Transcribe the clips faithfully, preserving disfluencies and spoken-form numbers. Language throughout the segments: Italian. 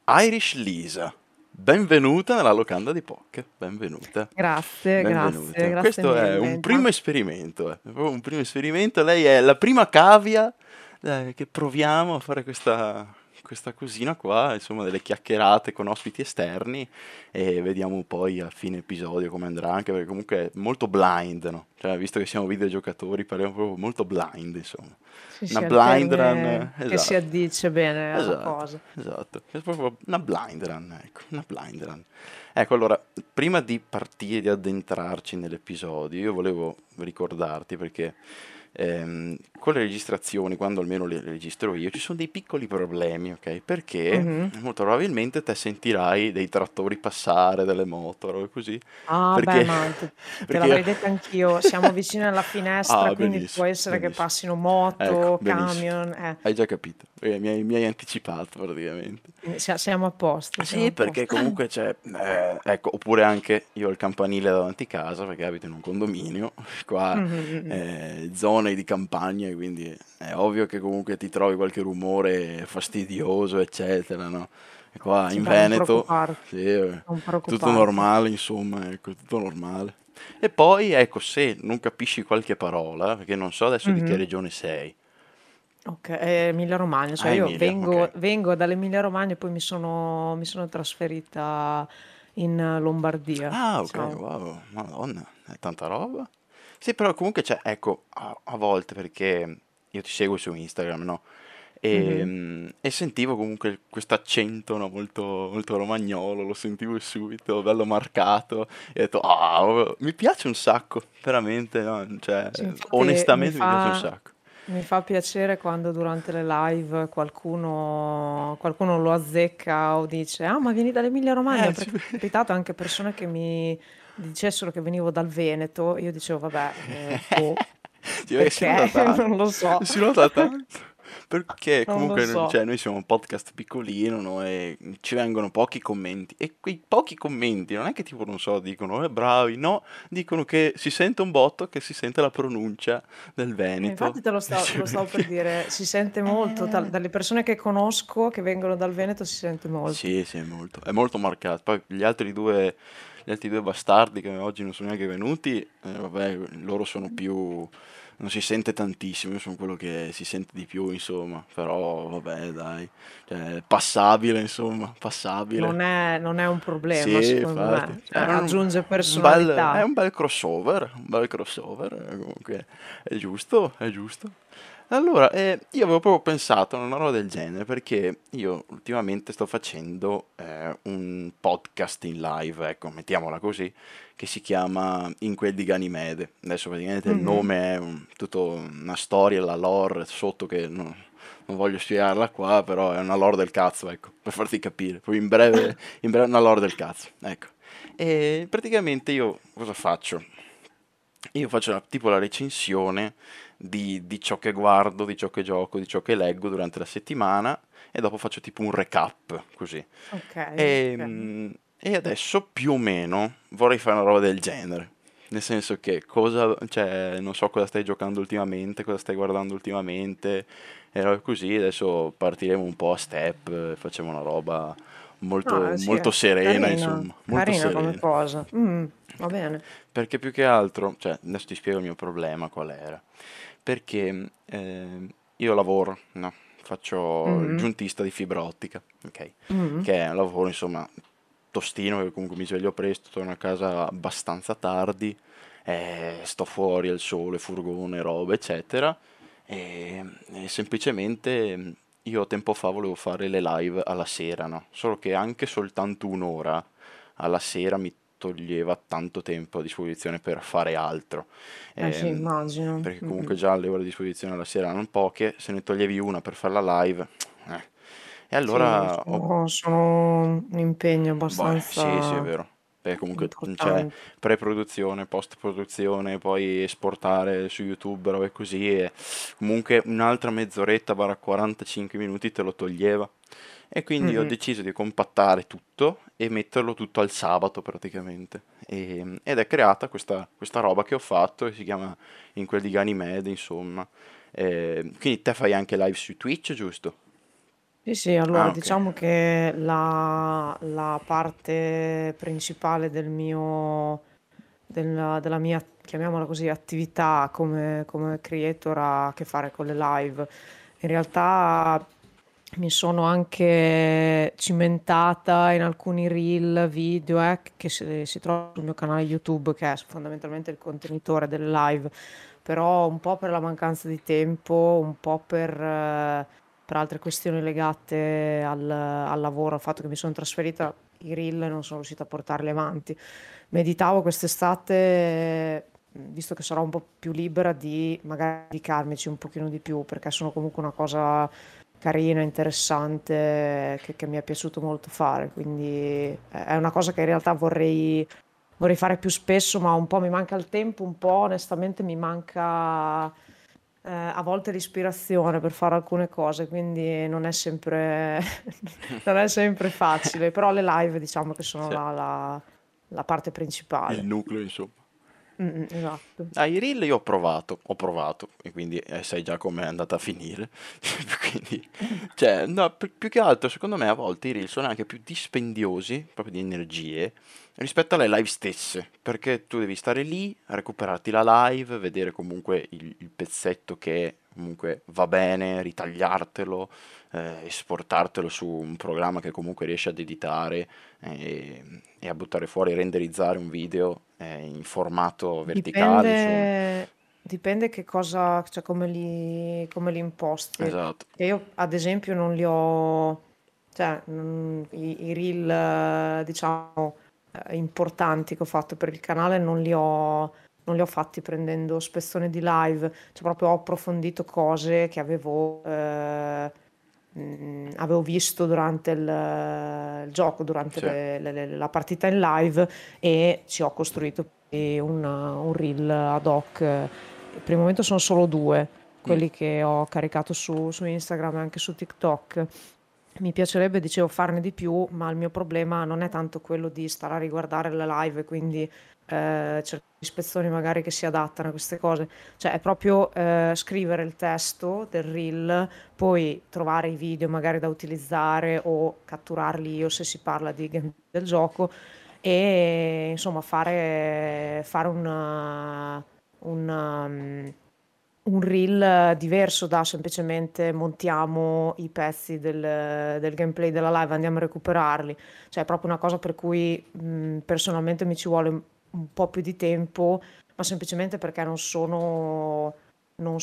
Irish Lisa, benvenuta nella locanda di Poc, benvenuta, Grazie, grazie, benvenuta. grazie Questo è mille. un primo Intanto, esperimento, eh, è proprio un primo esperimento. Lei è la prima cavia eh, che proviamo a fare questa, questa cosina qua, insomma, delle chiacchierate con ospiti esterni e vediamo poi a fine episodio come andrà, anche perché comunque è molto blind, no? Cioè, visto che siamo videogiocatori, parliamo proprio molto blind, insomma. sì, Una sì, è il blind run, termine eh, che si esatto. addice bene alla Esatto, cosa. esatto. È proprio una blind run, ecco, una blind run. Ecco, allora, prima di partire, di addentrarci nell'episodio, io volevo ricordarti perché ehm, con le registrazioni, quando almeno le registro io, ci sono dei piccoli problemi, ok? Perché Mhm. molto probabilmente te sentirai dei trattori passare, delle moto, robe così, Ah, beh, perché, ma te, te perché io... l'avrei detto anch'io. Siamo vicini alla finestra, Ah, quindi può benissimo, essere che benissimo. passino Ecco, moto, benissimo. camion. Eh. Hai già capito, eh, mi hai, mi hai anticipato praticamente. Quindi sia- siamo a posto, siamo Sì, a perché posto. comunque c'è, eh, ecco, oppure anche io ho il campanile davanti casa perché abito in un condominio, qua Mhm, mhm. eh, zone di campagna, e quindi è ovvio che comunque ti trovi qualche rumore fastidioso, eccetera, no? E qua Sì, in beh, non Veneto, preoccuparti, sì, è non tutto preoccuparti. normale, insomma, ecco, tutto normale. E poi, ecco, se non capisci qualche parola, perché non so adesso di che Mhm. regione sei. Ok, eh, Emilia Romagna, cioè Ah, io Emilia, vengo, ok. vengo dall'Emilia Romagna e poi mi sono, mi sono trasferita in Lombardia, Ah, ok, diciamo. wow, madonna, è tanta roba. Sì, però comunque c'è, ecco, a, a volte perché io ti seguo su Instagram, no? E, Mhm. mm, e sentivo comunque questo accento, no, molto, molto romagnolo, lo sentivo subito, bello marcato, e ho detto, ah, oh, mi piace un sacco, veramente, no? Cioè, Sì, infatti mi onestamente mi piace un fa, sacco. mi fa piacere quando durante le live qualcuno, qualcuno lo azzecca o dice, ah, ma vieni dall'Emilia Romagna, Eh, ci... perché è capitato anche persone che mi dicessero che venivo dal Veneto, io dicevo, vabbè, eh, boh, Sì, perché si nota perché? tanto, Non lo so, si nota tanto. Perché non lo comunque, so. cioè, noi siamo un podcast piccolino, no? E ci vengono pochi commenti. E quei pochi commenti non è che tipo, non so, dicono, eh, bravi, no, dicono che si sente un botto, che si sente la pronuncia del Eh, infatti Veneto. te lo stavo, te lo stavo per dire, si sente molto, tal- Eh, dalle persone che conosco che vengono dal Veneto si sente molto. sì, sì, è molto, è molto marcato. Poi gli altri due, gli altri due bastardi che oggi non sono neanche venuti, eh, vabbè, loro sono più... non si sente tantissimo, io sono quello che si sente di più, insomma. Però, vabbè, dai, cioè, passabile, insomma, passabile. Non è, non è un problema, Sì, secondo infatti. me, cioè, È un, aggiunge un bel, è personalità. un bel crossover, un bel crossover, eh, comunque è giusto, è giusto. Allora, eh, io avevo proprio pensato a una roba del genere perché io ultimamente sto facendo eh, un podcast in live, ecco, mettiamola così, che si chiama In quel di Ganimede. Adesso praticamente il Mhm. nome è un- tutta una storia, la lore sotto che non, non voglio spiegarla qua, però è una lore del cazzo, ecco, per farti capire. Poi in breve, in breve una lore del cazzo, ecco. E praticamente io cosa faccio? Io faccio la- tipo la recensione di, di ciò che guardo, di ciò che gioco, di ciò che leggo durante la settimana e dopo faccio tipo un recap, così. Ok, E, ok. mm, e adesso più o meno vorrei fare una roba del genere. Nel senso che cosa, cioè, non so cosa stai giocando ultimamente, cosa stai guardando ultimamente, e robe così. Adesso partiremo un po' a step, eh, facciamo una roba No, molto, eh, sì, molto è serena, carina, insomma, molto carina come serena. cosa. Mm, va bene. Perché più che altro, cioè, adesso ti spiego il mio problema qual era. Perché ehm, io lavoro, no? Faccio il Mhm, giuntista di fibra ottica, ok? mhm, Che è un lavoro, insomma, tostino, che comunque mi sveglio presto, torno a casa abbastanza tardi, eh, sto fuori al sole, furgone, roba, eccetera. E, e semplicemente mm, io tempo fa volevo fare le live alla sera, no? Solo che anche soltanto un'ora alla sera mi toglieva tanto tempo a disposizione per fare altro. eh sì, Ehm, immagino. perché comunque Mhm. già le ore a disposizione alla sera erano poche, se ne toglievi una per fare la live, eh. E Sì, allora ho... sono, sono un impegno Beh, sì, sì, è abbastanza vero. Perché comunque c'è importante. pre-produzione, post-produzione, poi esportare su YouTube, robe così, e comunque un'altra mezz'oretta, barra quarantacinque minuti te lo toglieva. E quindi ho Mhm. deciso di compattare tutto e metterlo tutto al sabato praticamente. E- ed è creata questa, questa roba che ho fatto e si chiama In quel di Ganymede, insomma. Eh, quindi te fai anche live su Twitch, giusto? Sì, sì, allora Ah, ok. diciamo che la, la parte principale del mio, della, della mia, chiamiamola così, attività come, come creator ha a che fare con le live. In realtà mi sono anche cimentata in alcuni reel, video, eh, che si, si trovano sul mio canale YouTube, che è fondamentalmente il contenitore delle live, però un po' per la mancanza di tempo, un po' per, eh, per altre questioni legate al, al lavoro, al fatto che mi sono trasferita, i reel e non sono riuscita a portarli avanti. Meditavo quest'estate, visto che sarò un po' più libera, di magari dedicarmici un pochino di più, perché sono comunque una cosa carina, interessante, che, che mi è piaciuto molto fare. Quindi eh, è una cosa che in realtà vorrei, vorrei fare più spesso, ma un po' mi manca il tempo, un po' onestamente mi manca eh, a volte l'ispirazione per fare alcune cose, quindi non è sempre, non è sempre facile, però le live diciamo che sono Sì, la, la- la parte il principale. nucleo, insomma. Mm, mm, esatto. Ah, i reel io ho provato, ho provato, e quindi eh, sai già com'è andata a finire. Quindi, cioè, no, pi- più che altro, secondo me a volte i reel sono anche più dispendiosi, proprio di energie, rispetto alle live stesse, perché tu devi stare lì, recuperarti la live, vedere comunque il, il pezzetto che comunque va bene, ritagliartelo, eh, esportartelo su un programma che comunque riesce ad editare e, e a buttare fuori, renderizzare un video eh, in formato verticale, insomma. Dipende, dipende che cosa, cioè come li, come li imposti. Esatto. E io, ad esempio, non li ho, cioè, non- i, i reel, eh, diciamo, eh, importanti che ho fatto per il canale non li ho, non li ho fatti prendendo spezzoni di live, cioè proprio ho approfondito cose che avevo, eh, mh, avevo visto durante il, il gioco, durante Sì. le- le- le- la partita in live e ci ho costruito poi un, un reel ad hoc. Per il momento sono solo due, Mm. quelli che ho caricato su, su Instagram e anche su TikTok. Mi piacerebbe, dicevo, farne di più, ma il mio problema non è tanto quello di stare a riguardare le live e quindi eh, cercare spezzoni magari che si adattano a queste cose. Cioè, è proprio eh, scrivere il testo del reel, poi trovare i video magari da utilizzare o catturarli io se si parla di gameplay del gioco e insomma fare, fare una, una, um, un reel diverso da semplicemente montiamo i pezzi del, del gameplay della live, andiamo a recuperarli. Cioè è proprio una cosa per cui mh, personalmente mi ci vuole un un po' più di tempo, ma semplicemente perché non sono, non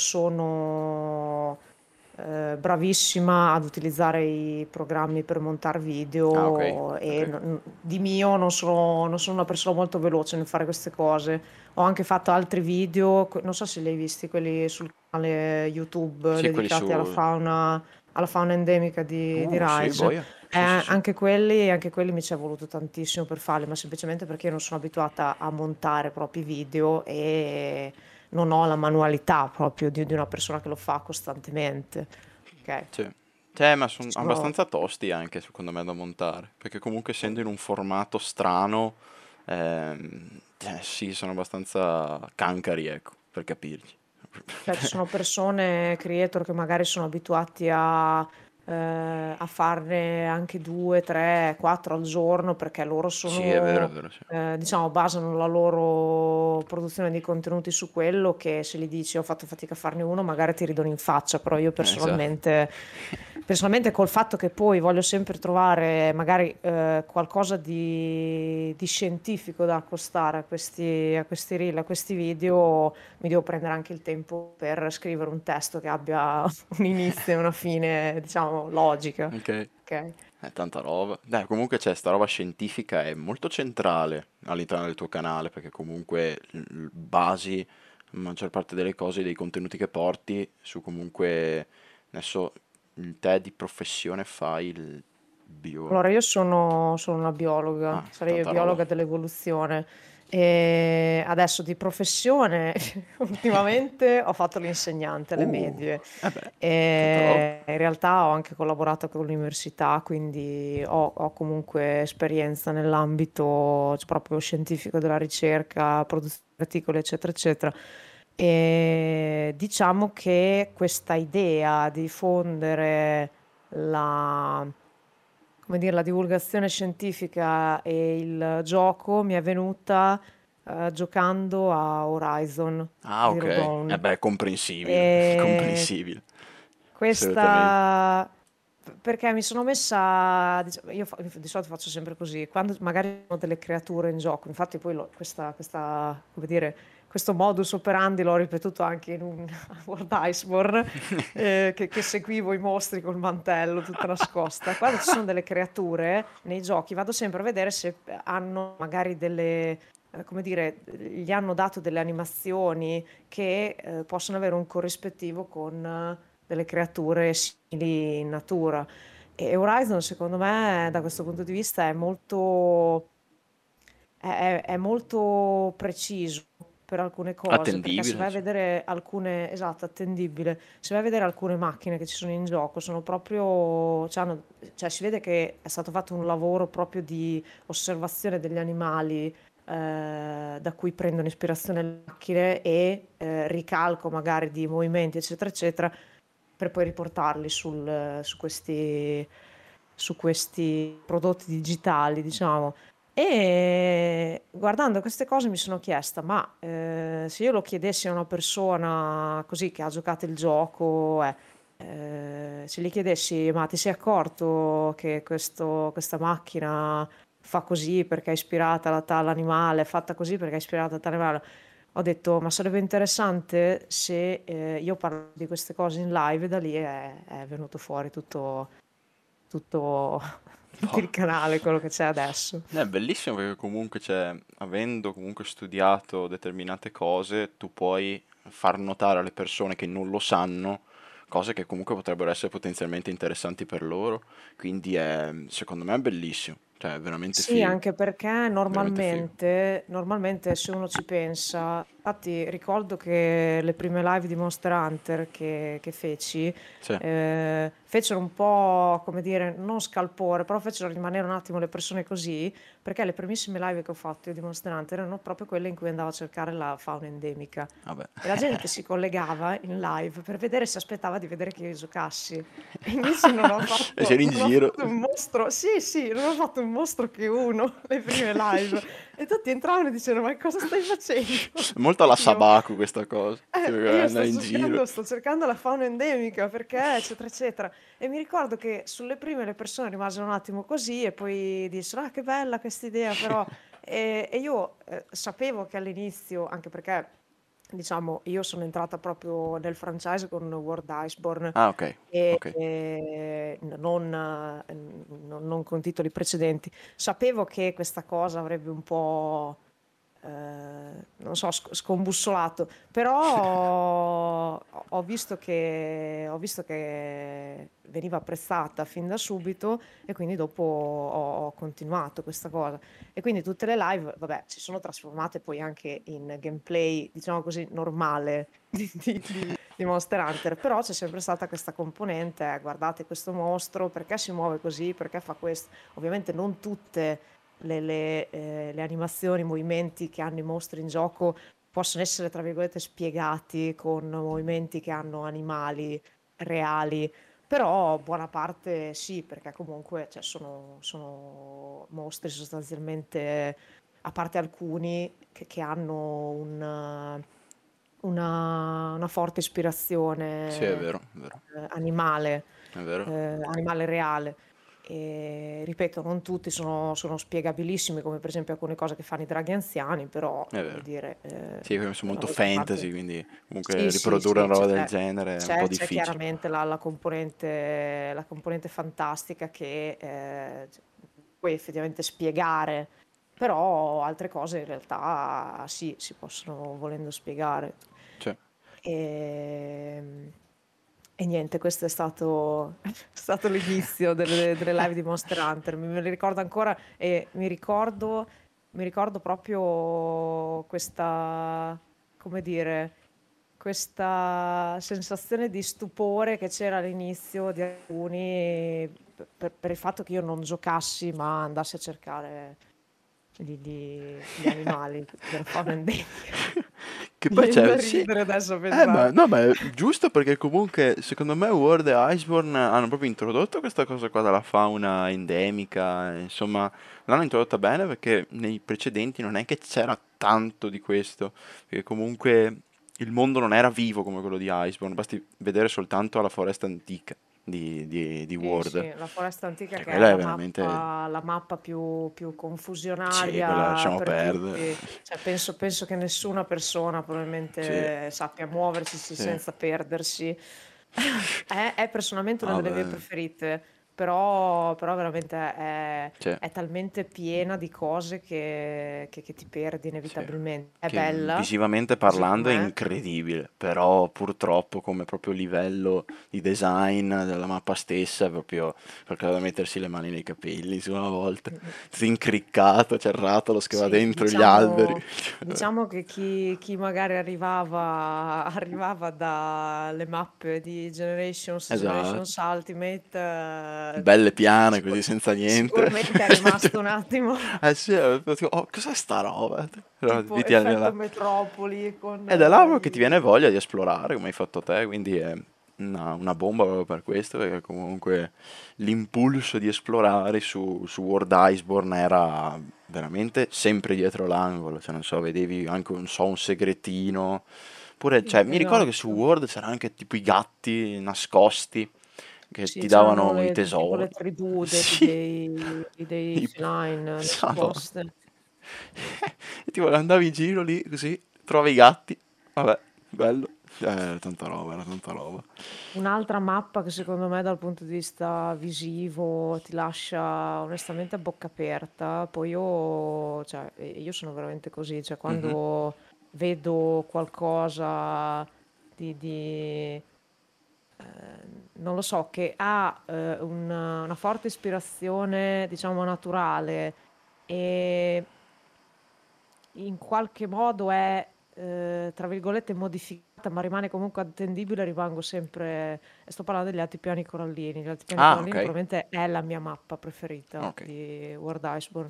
sono eh, bravissima ad utilizzare i programmi per montare Ah, ok, video e ok. non- di mio non sono, non sono una persona molto veloce nel fare queste cose. Ho anche fatto altri video, que- non so se li hai visti, quelli sul canale YouTube Sì, quelli dedicati alla su... fauna, alla fauna endemica di, di Uh, sì, Rise. boia. Eh, Sì, sì, sì. anche quelli, anche quelli mi ci è voluto tantissimo per farli, ma semplicemente perché io non sono abituata a montare propri video e non ho la manualità proprio di, di una persona che lo fa costantemente. Ok. Sì. Cioè, ma sono Sono- abbastanza tosti anche, secondo me, da montare. Perché comunque essendo in un formato strano, ehm, eh, sì, sono abbastanza cancari, ecco, per capirci. Cioè, ci sono persone, creator, che magari sono abituati a, eh, a farne anche due, tre, quattro al giorno perché loro Sì, è vero, è sono, vero, sì. eh, diciamo, basano la loro produzione di contenuti su quello che se gli dici ho fatto fatica a farne uno, magari ti ridono in faccia, però io Eh, esatto. personalmente, personalmente col fatto che poi voglio sempre trovare magari eh, qualcosa di, di scientifico da accostare a questi, a questi reel, a questi video mi devo prendere anche il tempo per scrivere un testo che abbia un inizio e una fine, diciamo, logica. Ok. Ok? È tanta roba. Dai, comunque c'è sta roba scientifica, è molto centrale all'interno del tuo canale, perché comunque l- basi la maggior parte delle cose, dei contenuti che porti su comunque... Adesso il te di professione fai il bio... Allora, io sono, sono una biologa, Ah, sarei tanta roba. biologa dell'evoluzione e adesso di professione ultimamente ho fatto l'insegnante alle Uh, medie eh beh, tanta roba. e in realtà ho anche collaborato con l'università, quindi ho, ho comunque esperienza nell'ambito cioè, proprio scientifico della ricerca, produzione di articoli, eccetera, eccetera. E diciamo che questa idea di diffondere la, come dire, la divulgazione scientifica e il gioco mi è venuta eh, giocando a Horizon Ah, ok. Zero Eh Dawn. beh, è comprensibile, è E comprensibile, assolutamente. questa, perché mi sono messa, diciamo, io fa- di solito faccio sempre così, quando magari ho delle creature in gioco, infatti poi l'ho- questa, questa, come dire, questo modus operandi l'ho ripetuto anche in un World Iceborne, eh, che, che seguivo i mostri col mantello tutta nascosta. Quando ci sono delle creature nei giochi, vado sempre a vedere se hanno magari delle, eh, come dire, gli hanno dato delle animazioni che eh, possono avere un corrispettivo con eh, delle creature simili in natura. E Horizon, secondo me, da questo punto di vista, è molto, è, è- è molto preciso per alcune cose, perché se Attendibile, vai a sì. vedere alcune, esatto, attendibile, se vai a vedere alcune macchine che ci sono in gioco, sono proprio, cioè, hanno- cioè, si vede che è stato fatto un lavoro proprio di osservazione degli animali, eh, da cui prendono ispirazione le macchine e eh, ricalco magari di movimenti, eccetera, eccetera, per poi riportarli sul- su questi, su questi prodotti digitali, diciamo. E guardando queste cose mi sono chiesta, ma eh, se io lo chiedessi a una persona così che ha giocato il gioco, eh, eh, se gli chiedessi, ma ti sei accorto che questo- questa macchina fa così perché è ispirata da tal animale, è fatta così perché è ispirata da tal animale? Ho detto, ma sarebbe interessante se eh, io parlo di queste cose in live e da lì è, è venuto fuori tutto, tutto, tutto Boh. il canale, quello che c'è adesso. È bellissimo perché comunque, cioè, avendo comunque studiato determinate cose, tu puoi far notare alle persone che non lo sanno cose che comunque potrebbero essere potenzialmente interessanti per loro. Quindi è, secondo me è bellissimo, cioè è veramente Sì, figo, anche perché veramente figo. normalmente, normalmente se uno ci pensa, infatti ricordo che le prime live di Monster Hunter che, che feci, Sì, eh, fecero un po', come dire, non scalpore, però fecero rimanere un attimo le persone così, perché le primissime live che ho fatto io di Monster Hunter erano proprio quelle in cui andavo a cercare la fauna endemica. vabbè. E la gente si collegava in live per vedere se aspettava di vedere che io giocassi. E invece non ho E fatto, c'eri in non ho giro. fatto un mostro. Sì, sì, non ho fatto un mostro che uno le prime live. E tutti entravano e dicevano: Ma cosa stai facendo? Molto E alla io. Sabaku questa cosa, Eh, tipo e io sto andare in giro. cercando, sto cercando la fauna endemica perché, eccetera, eccetera. E mi ricordo che sulle prime le persone rimasero un attimo così e poi dissero: Ah, che bella questa idea, però. E, e io eh, sapevo che all'inizio, anche perché, diciamo, io sono entrata proprio nel franchise con World Iceborne Ah, ok, e, ok. e non, eh, non non con titoli precedenti. Sapevo che questa cosa avrebbe un po', eh, non so, sc- scombussolato, però ho ho visto che, ho visto che veniva apprezzata fin da subito e quindi dopo ho, ho continuato questa cosa. E quindi tutte le live, vabbè, si sono trasformate poi anche in gameplay, diciamo così, normale di, di- di- di Monster Hunter, però c'è sempre stata questa componente, eh, guardate questo mostro, perché si muove così, perché fa questo. Ovviamente non tutte le, le, eh, le animazioni, i movimenti che hanno i mostri in gioco possono essere, tra virgolette, spiegati con movimenti che hanno animali reali, però buona parte sì, perché comunque cioè, sono, sono mostri sostanzialmente, a parte alcuni che, che hanno un, una, una forte Sì, è ispirazione vero, è vero, eh, animale, è vero, eh, animale reale. E, ripeto, non tutti sono, sono spiegabilissimi, come per esempio alcune cose che fanno i draghi anziani, però è voglio vero. dire, eh, Sì, perché sono la molto maggior parte. fantasy, quindi comunque Sì, sì, riprodurre sì, una roba c'è del c'è- genere è un po' c'è- c'è difficile. chiaramente la, la componente, la componente fantastica che eh, puoi effettivamente spiegare, però altre cose in realtà sì, si possono volendo spiegare. Cioè, E, e niente, questo è stato, è stato l'inizio delle, delle live di Monster Hunter. Mi, me li ricordo ancora e mi ricordo, mi ricordo proprio questa, come dire, questa sensazione di stupore che c'era all'inizio di alcuni per, per il fatto che io non giocassi, ma andassi a cercare gli, gli- gli animali della fauna endemica. Che Mi poi viene da c'è, sì, ridere adesso a eh, ma, pensare. no, ma è giusto perché comunque secondo me World e Iceborne hanno proprio introdotto questa cosa qua della fauna endemica, insomma, l'hanno introdotta bene perché nei precedenti non è che c'era tanto di questo, perché comunque il mondo non era vivo come quello di Iceborne, basti vedere soltanto la foresta antica di, di, di Sì, World, sì, la foresta antica che che è quella è la veramente, mappa, la mappa più, più sì, quella confusionaria lasciamo per perdere, tutti. Cioè, penso, penso che nessuna persona sì, probabilmente sappia muoversi sì, senza perdersi. È, è personalmente una delle mie vabbè, preferite, però, però veramente è, sì. è talmente piena di cose che, che- che ti perdi Sì, inevitabilmente. È che bella, visivamente secondo parlando è me. incredibile, però purtroppo come proprio livello di design della mappa stessa è proprio qualcosa da mettersi le mani nei capelli su una volta. Mm, mm. Tutto incriccato, c'è il ratolo che va Sì, dentro gli alberi. diciamo, diciamo che chi, chi magari arrivava, arrivava dalle mappe di Generations, Esatto, Generations Ultimate, eh, belle piane così sicur- senza niente. sicuramente è rimasto un attimo Eh sì, eh, tipo, oh, cos'è sta roba? Però tipo viti anni effetto là. metropoli con Ed è là proprio eh, che ti viene i... voglia di esplorare, come hai fatto te, quindi è una, una bomba proprio per questo, perché comunque l'impulso di esplorare su, su World Iceborne era veramente sempre dietro l'angolo, cioè non so, vedevi anche un, so, un segretino, pure, Sì, cioè, mi ricordo che su esatto. World c'erano anche tipo i gatti nascosti che Sì, ti c'erano davano i le, tipo le tesori. tribù dei, Sì, dei, dei i- feline Madonna. nascoste. E tipo andavi in giro lì così, trovi i gatti, vabbè, bello. Eh, tanta roba, era tanta roba. Un'altra mappa che secondo me dal punto di vista visivo ti lascia onestamente a bocca aperta, poi io, cioè, eh, io sono veramente così, cioè Mhm. quando vedo qualcosa di, di, eh, non lo so, che ha eh, un- una forte ispirazione, diciamo, naturale e in qualche modo è, eh, tra virgolette, modificata, ma rimane comunque attendibile, rimango sempre... E sto parlando degli altipiani corallini. Gli altipiani Ah, corallini ok, probabilmente è la mia mappa preferita ok. di World Iceborne.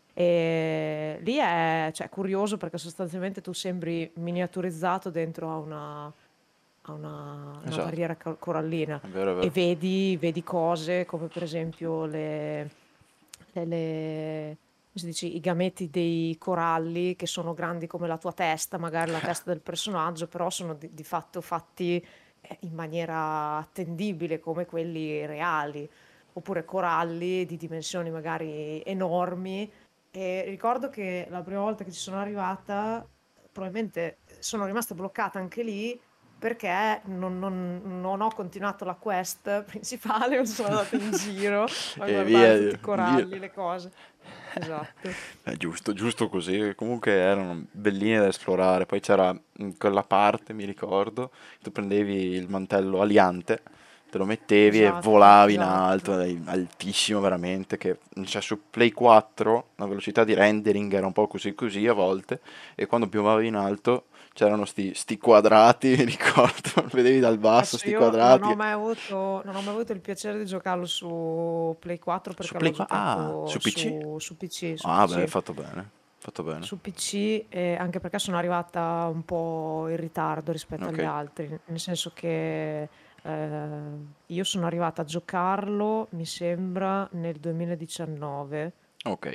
E lì è, cioè, curioso perché sostanzialmente tu sembri miniaturizzato dentro a una, a una, una Esatto, barriera co- corallina è vero, è e vero. vedi, vedi cose come per esempio le, le- le- come si dice, i gametti dei coralli che sono grandi come la tua testa, magari la testa del personaggio, però sono di, di fatto fatti eh, in maniera attendibile come quelli reali, oppure coralli di dimensioni magari enormi. E ricordo che la prima volta che ci sono arrivata, probabilmente sono rimasta bloccata anche lì perché non, non- non ho continuato la quest principale, non sono andata in giro a E guardare via, tutti i via. coralli, le cose. Esatto. È giusto, giusto così. Comunque erano belline da esplorare. Poi c'era in quella parte, mi ricordo, tu prendevi il mantello aliante, te lo mettevi e Esatto, volavi in esatto. alto, ed altissimo veramente. Che, cioè, su Play quattro la velocità di rendering era un po' così così a volte, e quando piovavi in alto c'erano sti, sti quadrati, mi ricordo, vedevi dal basso Adesso sti io non quadrati. ho mai avuto, non ho mai avuto il piacere di giocarlo su Play quattro Su perché l'ho Play quattro? Ah, giocato su P C? su, su P C, su Ah, beh, P C. fatto bene, fatto bene. Su P C, eh, anche perché sono arrivata un po' in ritardo rispetto Ok, agli altri, nel senso che eh, io sono arrivata a giocarlo, mi sembra, nel duemiladiciannove ok.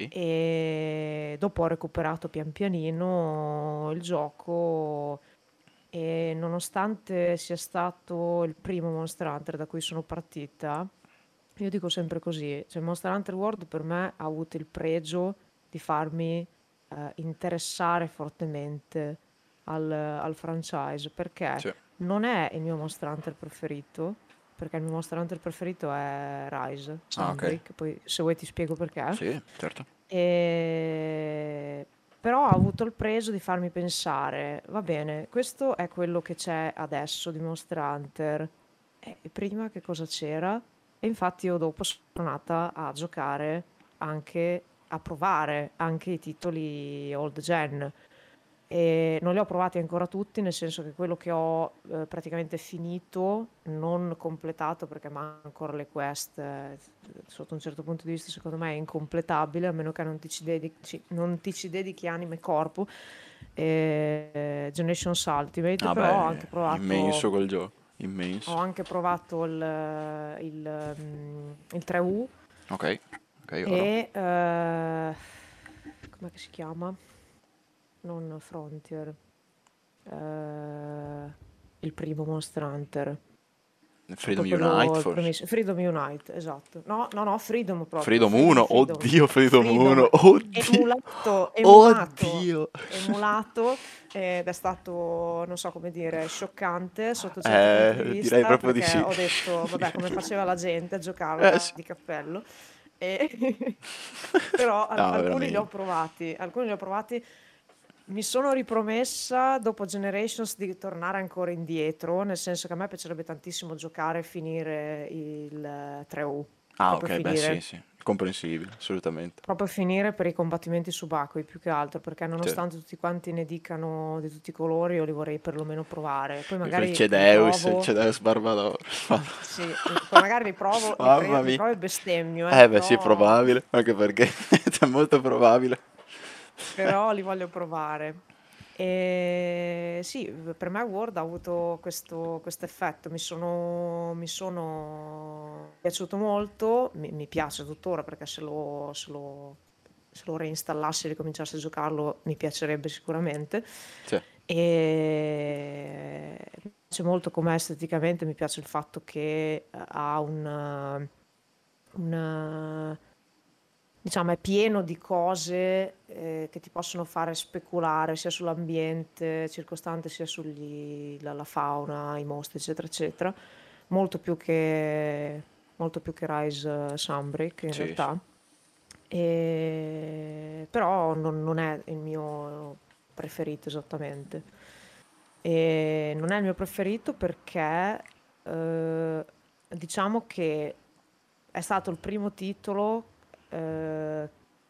e dopo ho recuperato pian pianino il gioco e nonostante sia stato il primo Monster Hunter da cui sono partita, io dico sempre così, cioè Monster Hunter World per me ha avuto il pregio di farmi eh, interessare fortemente al, al franchise, perché Sì. non è il mio Monster Hunter preferito, perché il mio Monster Hunter preferito è Rise, Ah, ok. Sunbreak, poi se vuoi ti spiego perché. Sì, certo. E... Però ha avuto il preso di farmi pensare, va bene, questo è quello che c'è adesso di Monster Hunter. E prima che cosa c'era? E infatti io dopo sono tornata a giocare anche, a provare anche i titoli old gen. E non li ho provati ancora tutti, nel senso che quello che ho eh, praticamente finito, non completato perché manca ancora le quest, eh, sotto un certo punto di vista secondo me è incompletabile, a meno che non ti ci dedichi, non ti ci dedichi anima e corpo. e Generations Ultimate, Ah però ho beh, anche provato, immenso quel gioco, ho immenso. anche provato il, il, mm, il tre U Ok, ok, oro. e eh, com'è che si chiama? Non Frontier, eh, il primo Monster Hunter. Freedom Proprio Unite quello, il forse. primissimo. Freedom Unite, esatto. No, no, no, Freedom proprio. Freedom Freedom, uno, Freedom. oddio, Freedom Freedom. uno, oddio, Emulato, emulato, oddio. emulato ed è stato, non so come dire, scioccante sotto certi punti di Eh, direi vista proprio di perché sì. ho detto, vabbè, come faceva la gente a giocarlo Eh sì. da di cappello. E però al- No, alcuni li ho veramente. provati, alcuni li ho provati. Mi sono ripromessa dopo Generations di tornare ancora indietro, nel senso che a me piacerebbe tantissimo giocare e finire il eh, tre U, Ah, proprio ok, beh, sì, finire, sì, comprensibile, assolutamente. proprio finire per i combattimenti subacquei più che altro, perché Sì. nonostante tutti quanti ne dicano di tutti i colori, io li vorrei perlomeno provare. Poi Quel magari li Cedeus, il provo, Cedeus Barbador. sì, poi magari li provo, li, pre- Mamma li mia. provo e bestemmio, eh, Eh, beh, sì, è però probabile, anche perché è molto probabile. però li voglio provare. E sì, per me Word ha avuto questo questo effetto, mi sono, mi sono piaciuto molto, mi, mi piace tuttora perché se lo, se lo, se lo reinstallassi e ricominciassi a giocarlo mi piacerebbe sicuramente. Sì, E mi piace molto com'è esteticamente, mi piace il fatto che eh, ha un, un diciamo, è pieno di cose eh, che ti possono fare speculare sia sull'ambiente circostante, sia sulla fauna, i mostri, eccetera, eccetera. Molto più che, molto più che Rise eh, Sunbreak in sì, sì. realtà. E- Però non, non è il mio preferito esattamente. E non è il mio preferito perché eh, diciamo che è stato il primo titolo eh,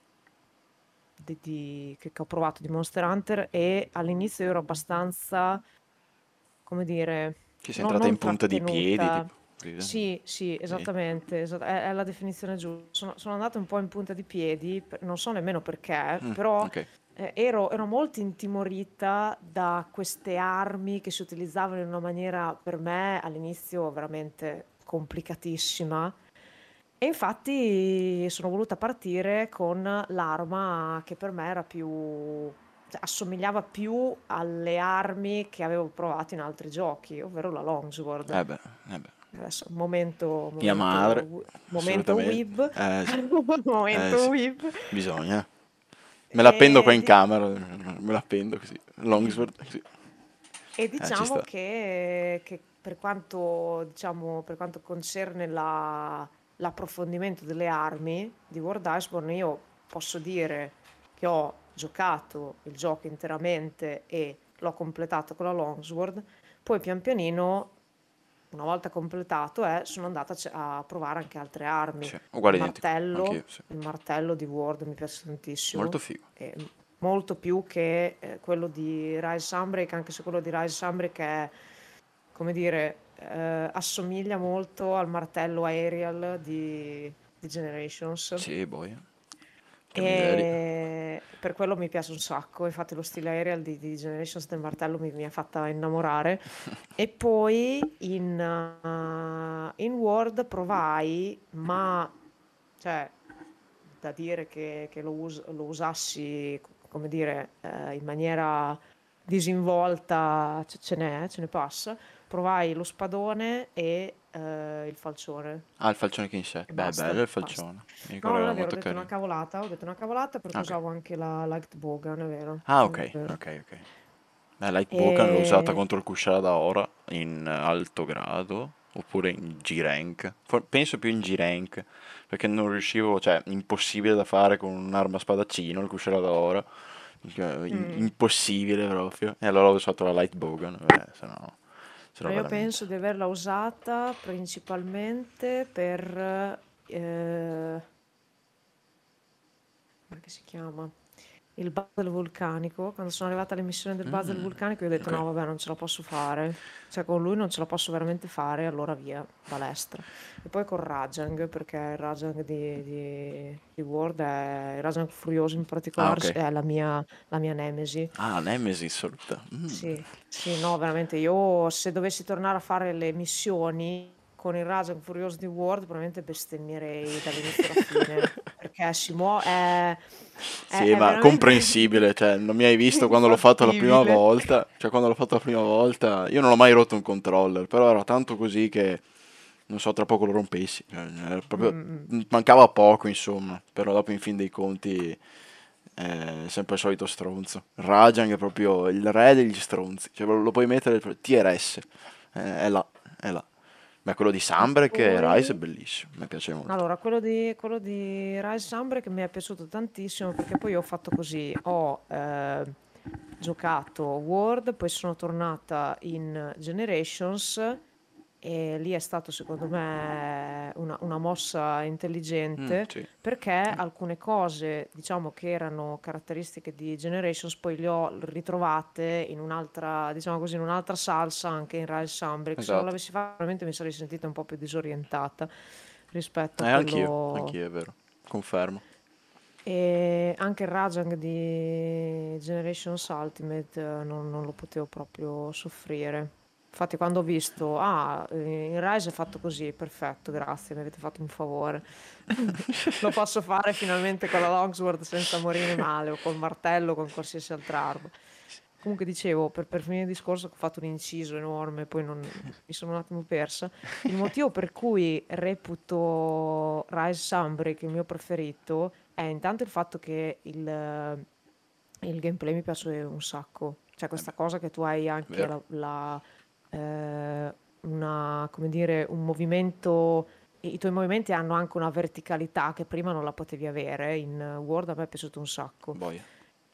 di- di- che, che ho provato di Monster Hunter e all'inizio ero abbastanza, come dire, Ci sei no- entrata in non punta di piedi, trattenuta. tipo. Sì, Sì, sì, sì. esattamente, esa- è, è la definizione giusta. Sono, sono andata un po' in punta di piedi, per- non so nemmeno perché, Mm, però ok. eh, ero, ero molto intimorita da queste armi che si utilizzavano in una maniera per me all'inizio veramente complicatissima. E infatti sono voluta partire con l'arma che per me era più, cioè, assomigliava più alle armi che avevo provato in altri giochi, ovvero la Longsword. Eh beh, eh beh. Adesso, momento, Mia madre, momento, momento assolutamente. weeb, Eh sì, eh momento sì. weeb. Bisogna. Me l'appendo qua E, in di- camera, me l'appendo così. Longsword, così. e Eh, ci diciamo sta. che, che per quanto, diciamo, per quanto concerne la- l'approfondimento delle armi di World Iceborne, io posso dire che ho giocato il gioco interamente e l'ho completato con la Longsword, poi pian pianino, una volta completato, eh, sono andata a ce- a provare anche altre armi. Sì, Il uguale identico, anch'io, martello, sì. il martello di Ward mi piace tantissimo, Molto figo. e m- molto più che eh, quello di Rise Sunbreak, anche se quello di Rise Sunbreak è, come dire, eh, assomiglia molto al martello Aerial di, di Generations. Sì, boia. Che miseria. E per quello mi piace un sacco, infatti lo stile aerial di, di Generations del martello mi, mi ha fatta innamorare. E poi in, uh, in Word provai, ma cioè, da dire che, che lo, us- lo usassi, co- come dire, eh, in maniera disinvolta, ce ce n'è, ce ne passa. Provai lo spadone e eh, il falcione. Ah, il falcione che E insetto. Beh, basta, bello il basta. falcione. Mi No, ricordo che non era è vero, ho molto detto una carino. cavolata, ho detto una cavolata perché Ok. usavo anche la Light Bogan, è vero, Ah, è ok, vero. ok, ok. Eh, Light Bogan l'ho usata E contro il Kushara da ora in alto grado oppure in G-Rank. For- penso più in G-Rank perché non riuscivo, cioè, impossibile da fare con un'arma spadaccino il Kushara da ora. Cioè, in- mm, impossibile proprio. E allora ho usato la Light Bogan, eh, se no, se no io veramente. penso di averla usata principalmente per, eh, come che si chiama? il puzzle vulcanico. Quando sono arrivata alle missioni del puzzle Mm, vulcanico, io ho detto ok. no, vabbè, non ce la posso fare. Cioè, con lui non ce la posso veramente fare, allora via, balestra. E poi con Rajang, perché il Rajang di, di, di World è il Rajang Furioso in Ah, particolare ok. è la mia, la mia nemesi. Ah, Nemesis assoluta. Mm. Sì, sì, no, veramente io se dovessi tornare a fare le missioni con il Rajang Furioso di World, probabilmente bestemmierei dall'inizio alla fine, perché si muove, è, è- Sì, è ma veramente comprensibile, cioè non mi hai visto quando l'ho fatto la prima infattibile. volta, cioè quando l'ho fatto la prima volta, io non ho mai rotto un controller, però era tanto così che non so, tra poco lo rompessi, cioè, era Mm, proprio, mm, mm. mancava poco insomma, però dopo in fin dei conti è sempre il solito stronzo. Rajang è proprio il re degli stronzi, cioè lo, lo puoi mettere T R S, eh, è là, è là. Ma quello di E Sambrek e Rise è poi, bellissimo, mi piace molto. allora, quello di, quello di Rise Sunbreak mi è piaciuto tantissimo perché poi ho fatto così, ho eh, giocato World, poi sono tornata in Generations e lì è stato secondo me una, una mossa Mm, intelligente sì, perché alcune cose, diciamo che erano caratteristiche di Generations, poi le ho ritrovate in un'altra, diciamo così, in un'altra salsa anche in Rise Sunbreak. Se non esatto. l'avessi fatto, probabilmente mi sarei sentita un po' più disorientata rispetto Eh, a anch'io, quello. anch'io è vero, confermo. E anche il Rajang di Generations Ultimate eh, non, non lo potevo proprio soffrire. Infatti, quando ho visto, ah, eh, in Rise è fatto così, perfetto, grazie, mi avete fatto un favore. Lo posso fare finalmente con la Longsword senza morire male, o col martello, o con qualsiasi altra arma. Comunque dicevo, per, per finire il discorso, che ho fatto un inciso enorme, poi non, mi sono un attimo persa. Il motivo per cui reputo Rise Sunbreak il mio preferito è intanto il fatto che il, eh, il gameplay mi piace un sacco. Cioè Eh questa beh, cosa che tu hai è anche vero. la, la, eh, una, come dire, un movimento, i i tuoi movimenti hanno anche una verticalità che prima non la potevi avere. In Word a me è piaciuto un sacco. Boia.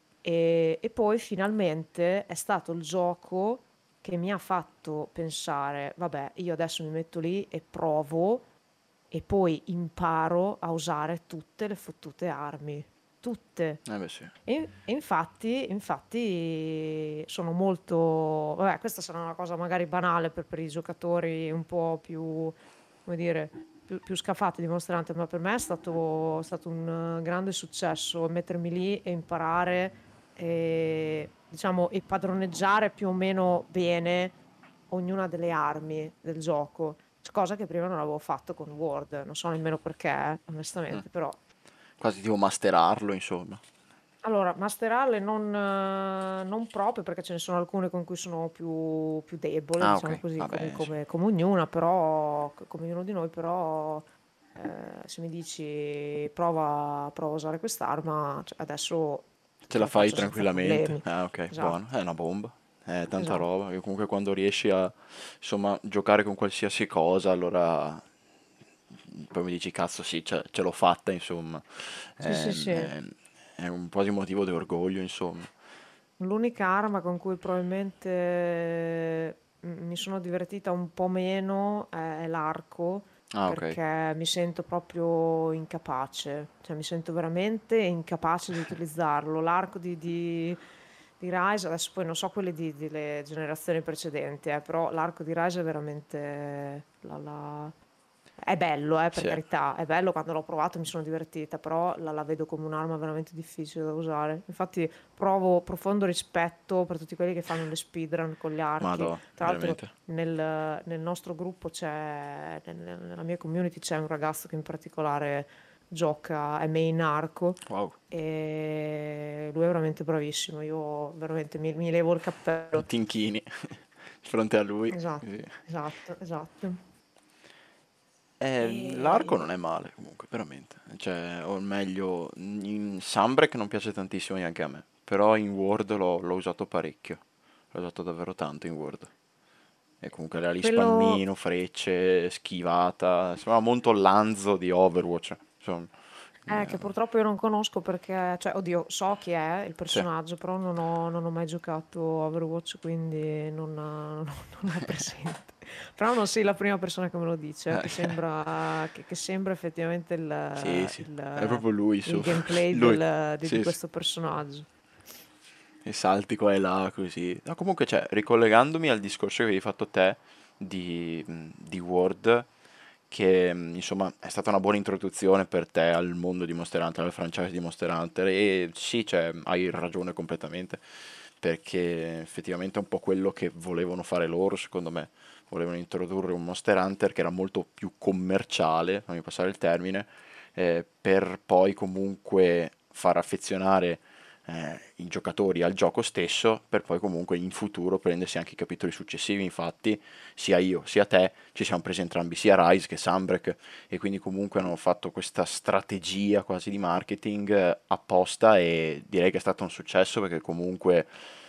E, e poi finalmente è stato il gioco che mi ha fatto pensare, vabbè, io adesso mi metto lì e provo e poi imparo a usare tutte le fottute armi, tutte. Eh beh sì. E, e infatti, infatti sono molto, vabbè, questa sarà una cosa magari banale per, per i giocatori un po' più, come dire, più, più scafati, dimostranti, ma per me è stato, è stato un eh, grande successo mettermi lì e imparare e, diciamo, e padroneggiare più o meno bene ognuna delle armi del gioco, cosa che prima non avevo fatto con Word, non so nemmeno perché, Mm. onestamente, però. Quasi tipo masterarlo, insomma. Allora, masterarle non, eh, non proprio perché ce ne sono alcune con cui sono più, più debole, Ah, diciamo ok. così, come, Vabbè, sì. come- come ognuna, però, come ognuno di noi, però eh, se mi dici prova, prova a usare quest'arma, cioè, adesso Ce te la lo fai faccio senza tranquillamente. problemi. Ah, ok, buono. Esatto, È una bomba. È tanta esatto. roba. Che comunque quando riesci a, insomma, giocare con qualsiasi cosa, allora poi mi dici, cazzo, sì, ce, ce l'ho fatta, insomma. Sì, sì, È, sì. è- è un po' di motivo di orgoglio, insomma. L'unica arma con cui probabilmente mm, mi sono divertita un po' meno è è l'arco, Ah, ok. perché mi sento proprio incapace, cioè mi sento veramente incapace di utilizzarlo. L'arco di, di- di Rise, adesso poi non so quelli di- delle generazioni precedenti, eh, però l'arco di Rise è veramente la, la- è bello, eh, per Sì. carità, è bello quando l'ho provato, mi sono divertita, però la, la vedo come un'arma veramente difficile da usare. Infatti provo profondo rispetto per tutti quelli che fanno le speedrun con gli archi. Madò, Tra l'altro veramente. nel, nel nostro gruppo c'è, nel- nella mia community c'è un ragazzo che in particolare gioca, è main arco Wow. e lui è veramente bravissimo. Io veramente mi, mi levo il cappello. Ti inchini di fronte a lui. Esatto, Così. esatto, esatto. Eh, l'arco non E è male comunque, veramente. Cioè, o meglio, in Sunbreak non piace tantissimo neanche a me, però in Word l'ho l'ho usato parecchio. L'ho usato davvero tanto in Word. E comunque era lì quello. spammino, frecce, schivata. Sembrava molto Lanzo di Overwatch. Insomma. Eh, che Eh, purtroppo io non conosco perché, cioè, oddio, so chi è il sì. personaggio, però non ho, non ho mai giocato Overwatch, quindi non, non ho, non ho presente. Però non sei la prima persona che me lo dice, eh, Eh, che sembra, che, che sembra effettivamente sì, il, sì, è il- proprio lui, il insomma. gameplay Lui, del- di, di sì, sì. questo personaggio. E salti qua e là così. No, comunque, cioè, ricollegandomi al discorso che avevi fatto te di, mh, di Word, che mh, insomma è stata una buona introduzione per te al mondo di Monster Hunter, al franchise di Monster Hunter, e sì, cioè, hai ragione completamente, perché effettivamente è un po' quello che volevano fare loro, secondo me. Volevano introdurre un Monster Hunter che era molto più commerciale, fammi passare il termine, eh, per poi comunque far affezionare eh, i giocatori al gioco stesso, per poi comunque in futuro prendersi anche i capitoli successivi. Infatti sia io sia te ci siamo presi entrambi, sia Rise che Sunbreak, e quindi comunque hanno fatto questa strategia quasi di marketing eh, apposta, e direi che è stato un successo, perché comunque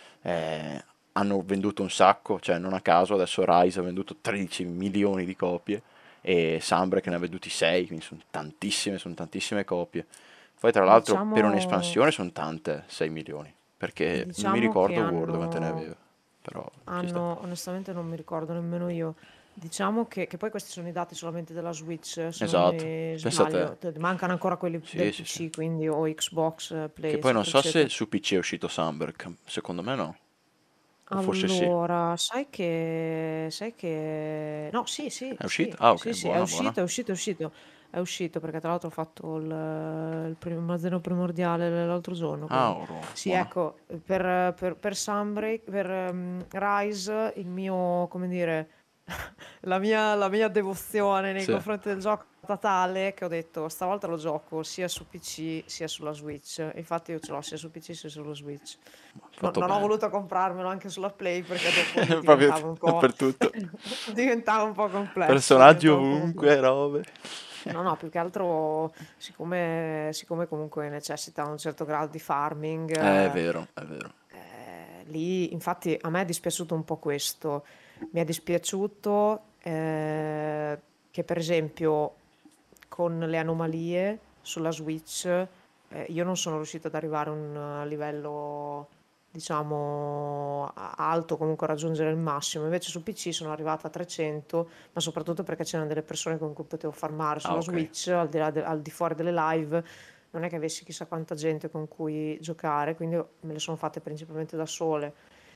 eh, hanno venduto un sacco, cioè non a caso adesso Rise ha venduto tredici milioni di copie e Sunbreak ne ha venduti sei, quindi sono tantissime, sono tantissime copie. Poi tra l'altro per Diciamo, un'espansione sono tante, sei milioni, perché non mi diciamo che ricordo Word quante ne hanno, aveva, però ci sta. hanno, onestamente non mi ricordo nemmeno io. Diciamo che, che poi questi sono i dati solamente della Switch, eh, se non Esatto, mi pensa a te. sbaglio. Te- Mancano ancora quelli Sì, del sì, sì. P C, quindi o Xbox, eh, Che Play, poi non eccetera, so se eccetera. su P C è uscito Sunbreak, secondo me no, o forse sì. Allora, sai che, sai che, no, sì, sì, È uscito? sì, Ah, ok, sì, sì, è buona, buona. uscito, è uscito, è uscito, è uscito perché tra l'altro ho fatto il, il prim- magazzino primordiale l'altro giorno, Ah, quindi oro, sì, buona. ecco, per, per, per Sunbreak, per ehm, Rise, il mio, come dire, la mia, la mia devozione nei Sì, confronti del gioco è stata tale che ho detto stavolta lo gioco sia su P C sia sulla Switch. E infatti io ce l'ho sia su P C sia sulla Switch. No- fatto non ho bene. voluto comprarmelo anche sulla Play perché dopo lì Proprio diventava un po', dappertutto. diventava un po' complesso, Personaggi diventava un po' complesso. ovunque, robe. No, no, più che altro, siccome, siccome comunque necessita un certo grado di farming, Eh, è eh, vero, è vero. eh, lì infatti a me è dispiaciuto un po' questo. Mi è dispiaciuto eh, che per esempio con le anomalie sulla Switch eh, io non sono riuscita ad arrivare a un eh, livello diciamo a- alto, comunque a raggiungere il massimo. Invece su P C sono arrivata a trecento, ma soprattutto perché c'erano delle persone con cui potevo farmare Ah, sulla ok. Switch, al di là de- al di fuori delle live. Non è che avessi chissà quanta gente con cui giocare, quindi me le sono fatte principalmente da sole.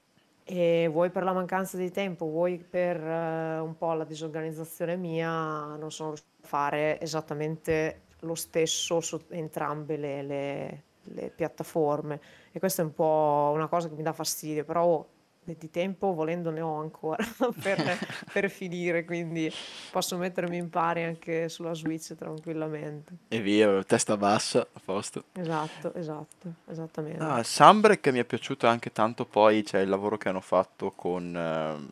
E vuoi per la mancanza di tempo, vuoi per eh, un po' la disorganizzazione mia, non sono riuscita a fare esattamente lo stesso su entrambe le, le- le piattaforme. E questa è un po' una cosa che mi dà fastidio, però oh, di di tempo volendo ne ho ancora per, per finire, quindi posso mettermi in pari anche sulla Switch tranquillamente. E via, testa bassa, a posto. Esatto, esatto, Ah, esattamente. Sunbreak mi è piaciuto anche tanto, poi c'è il lavoro che hanno fatto con, ehm,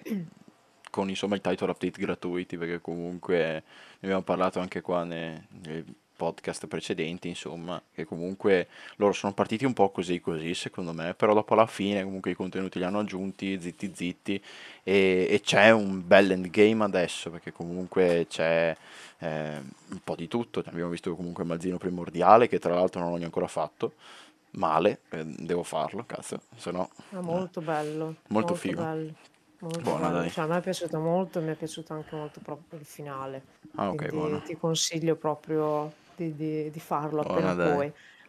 con insomma i title update gratuiti, perché comunque ne abbiamo parlato anche qua nei, nei podcast precedenti, insomma, che comunque loro sono partiti un po' così così secondo me, però dopo alla fine comunque i contenuti li hanno aggiunti zitti zitti, e, e c'è un bel endgame adesso, perché comunque c'è eh, un po' di tutto. Abbiamo visto comunque il Malzino primordiale, che tra l'altro non ho neanche ancora fatto, male, eh, devo farlo, cazzo, se no È eh, molto bello, molto molto figo. bello, molto Buona bello. dai. Cioè, a me è piaciuto molto e mi è piaciuto anche molto proprio il finale. Ah, ok, buono. Quindi ti consiglio proprio di, di- di farlo appena Buona dai. puoi.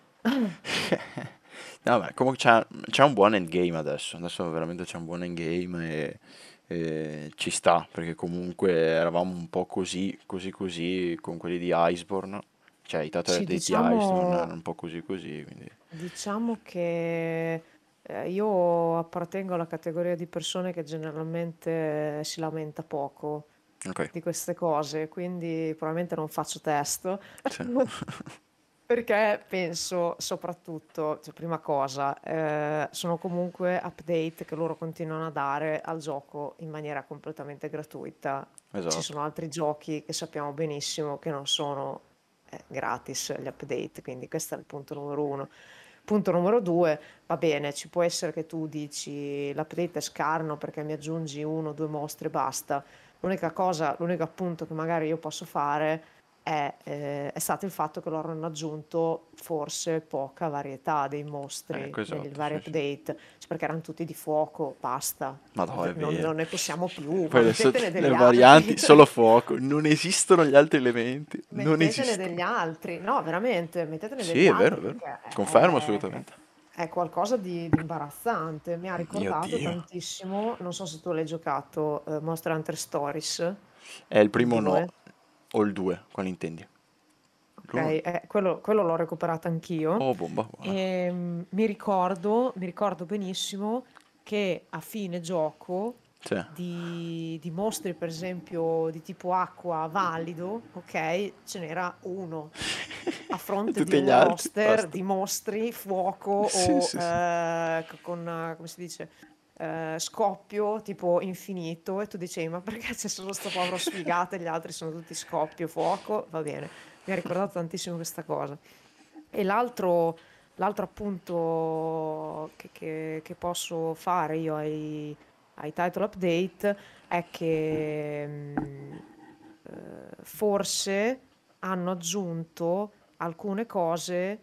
Vabbè, comunque c'è c'è un buon endgame adesso. Adesso veramente c'è un buon endgame, e, e ci sta, perché comunque eravamo un po' così, così così con quelli di Iceborne. Cioè, i title Sì, update di Iceborne diciamo, erano un po' così così, quindi... diciamo che eh, io appartengo alla categoria di persone che generalmente si lamenta poco Ok, di queste cose, quindi probabilmente non faccio testo. sì. Perché penso soprattutto, cioè, prima cosa, eh, sono comunque update che loro continuano a dare al gioco in maniera completamente gratuita. Ci Esatto. sono altri giochi che sappiamo benissimo che non sono eh, gratis gli update, quindi questo è il punto numero uno. Punto numero due, va bene, ci può essere che tu dici l'update è scarno perché mi aggiungi uno o due mostri e basta. L'unica cosa, l'unico appunto che magari io posso fare è, eh, è stato il fatto che loro hanno aggiunto forse poca varietà dei mostri Ecco, negli esatto, vari sì, sì. update, cioè perché erano tutti di fuoco, basta. Ma no, è Non, vero. non ne possiamo più, Poi ma adesso mettetene le degli varianti, altri. solo fuoco, non esistono gli altri elementi, non Mettetene degli esistono. altri, no, veramente, mettetene Sì, degli è vero, altri è vero. perché Confermo è, è- assolutamente. è qualcosa di, di imbarazzante. Mi ha Mio ricordato Dio. tantissimo, non so se tu l'hai giocato, eh, Monster Hunter Stories, È il il primo no, due. o il due, quale intendi? Ok, L'uno. eh, quello, quello l'ho recuperato anch'io Oh, bomba, buono. e mm, mi ricordo, mi ricordo benissimo che a fine gioco Sì. di, di mostri, per esempio, di tipo acqua valido, ok, ce n'era uno a E fronte di tutti un gli altri, roster basta. di mostri fuoco Sì, o sì, sì. eh, c- con, eh, come si dice, eh, scoppio tipo infinito e tu dicevi ma perché c'è solo sto povero sfigato e gli altri sono tutti scoppio, fuoco? Va bene, mi ha ricordato tantissimo questa cosa. E l'altro l'altro appunto che, che- che posso fare io ai, ai title update è che mm, eh, forse hanno aggiunto alcune cose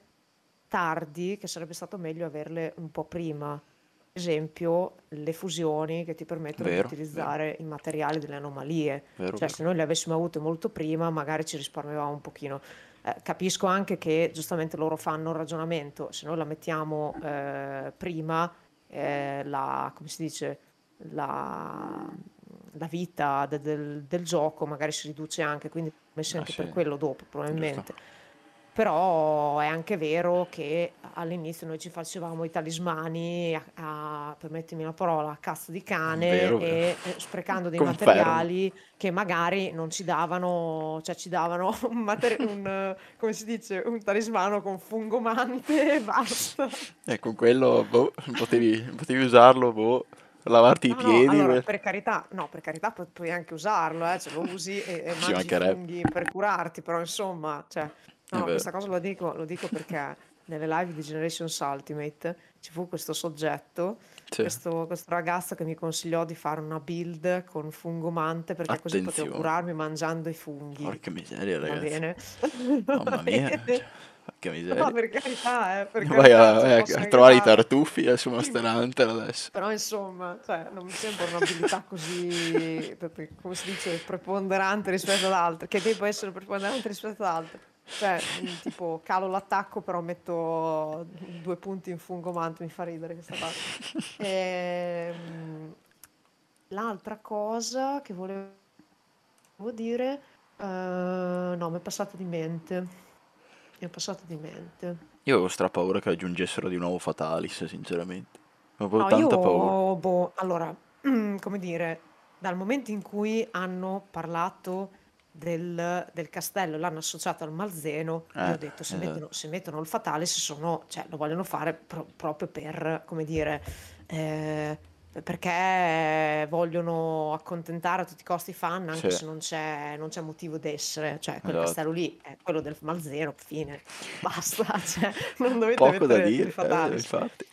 tardi che sarebbe stato meglio averle un po' prima. Per esempio, le fusioni che ti permettono di Vero, vero, utilizzare i materiali delle anomalie. vero, Cioè, vero. se noi le avessimo avute molto prima, magari ci risparmiavamo un pochino. Eh, capisco anche che giustamente loro fanno un ragionamento. Se noi la mettiamo eh, prima, eh, la, come si dice, la, la vita de- del, del gioco magari si riduce anche, quindi messi Ah anche per sì, quello dopo, giusto. probabilmente. Però è anche vero che all'inizio noi ci facevamo i talismani, a, a- permettimi la parola, a cazzo di cane Vero, vero. e eh, sprecando dei Confermo. materiali che magari non ci davano, cioè ci davano un, materi- un, eh, come si dice, un talismano con fungomante e basta. E con quello, boh, potevi, potevi usarlo, boh, per lavarti i No, no, piedi. allora que- per carità, no, per carità pu- puoi anche usarlo, eh, cioè lo usi e, e Ci mangi i mancherebbe. funghi per curarti, però insomma, cioè, no, È no, vero. questa cosa lo dico, lo dico perché nelle live di Generations Ultimate ci fu questo soggetto, Sì. questo, questo ragazzo che mi consigliò di fare una build con fungomante perché così potevo Attenzione. curarmi mangiando i funghi. Porca miseria, Va ragazzi. bene? Mamma Va mia. Cioè, bene? porca No, miseria. per carità, eh, per Vai a, carità, cioè vai posso a anche trovare i farlo. tartufi eh, su Monster Hunter adesso. Però insomma, cioè, non mi sembra un'abilità così, pe- pe- come si dice, preponderante rispetto ad altre, che debba essere preponderante rispetto ad altre. Cioè, mh, tipo, calo l'attacco, però metto due punti in fungomante, mi fa ridere questa cosa. Ehm, l'altra cosa che volevo dire, eh, no, mi è passato di mente. Mi è passato di mente. Io avevo stra paura che aggiungessero di nuovo Fatalis, sinceramente. Avevo No, tanta paura. io, boh, allora, come dire, dal momento in cui hanno parlato del, del castello, l'hanno associato al Malzeno, io Eh, ho detto, se mettono, esatto. se mettono il fatale, se sono, cioè, lo vogliono fare pro- proprio per, come dire, eh, perché vogliono accontentare a tutti i costi i fan, Sì, anche se non c'è non c'è motivo d'essere. Cioè, quel esatto. castello lì è quello del Malzeno, fine, basta, cioè, non dovete Poco da mettere il dire, eh, fatalis. infatti.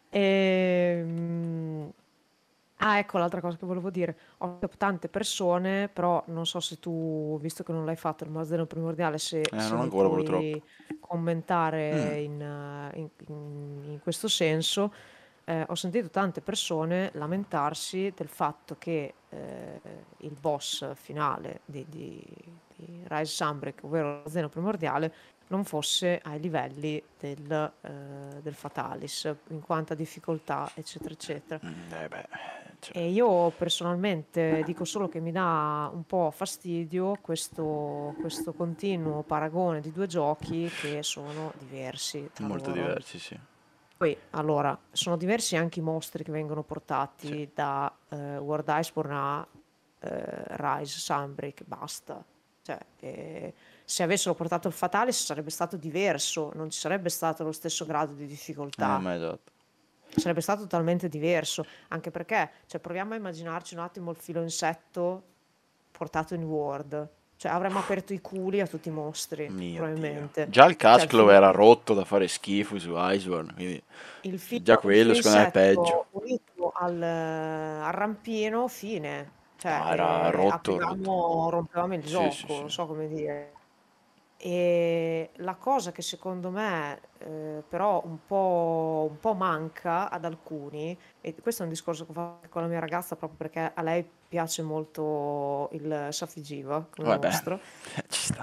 Ehm, Ah, ecco l'altra cosa che volevo dire. Ho sentito tante persone, però non so se tu, visto che non l'hai fatto il Mazdeno primordiale, se, Eh, se non mi ancora purtroppo. puoi Mm, commentare in, eh, in- in- in questo senso. Eh, ho sentito tante persone lamentarsi del fatto che eh, il boss finale di, di, di Rise Sunbreak, ovvero il Mazdeno primordiale, non fosse ai livelli del, eh, del Fatalis, in quanto a difficoltà, eccetera, eccetera. mm, eh beh, cioè, E io personalmente dico solo che mi dà un po' fastidio questo, questo continuo paragone di due giochi che sono diversi tra molto loro. diversi, sì. Poi, allora, sono diversi anche i mostri che vengono Sì. portati da eh, World Iceborne a eh, Rise Sunbreak, basta. Cioè, eh, se avessero portato il Fatalis sarebbe stato diverso, non ci sarebbe stato lo stesso grado di Eh, difficoltà. ma esatto. Sarebbe stato totalmente diverso, anche perché, cioè, proviamo a immaginarci un attimo il filo insetto portato in Word. Cioè, avremmo aperto i culi a tutti i mostri, Mio Dio. probabilmente. Già il Cioè, il Cashclaw filo, era rotto da fare schifo su Iceborne, quindi il già filo, il quello filo secondo me è peggio. insetto unito al, al rampino, fine. No, Cioè, era eh, rotto, rotto. aprivamo, rompevamo il Sì, sì, gioco, sì. non so come dire. E la cosa che secondo me eh, però un po', un po' manca ad alcuni, e questo è un discorso che ho fatto con la mia ragazza proprio perché a lei piace molto il Safigiva come Vabbè, mostro, ci sta.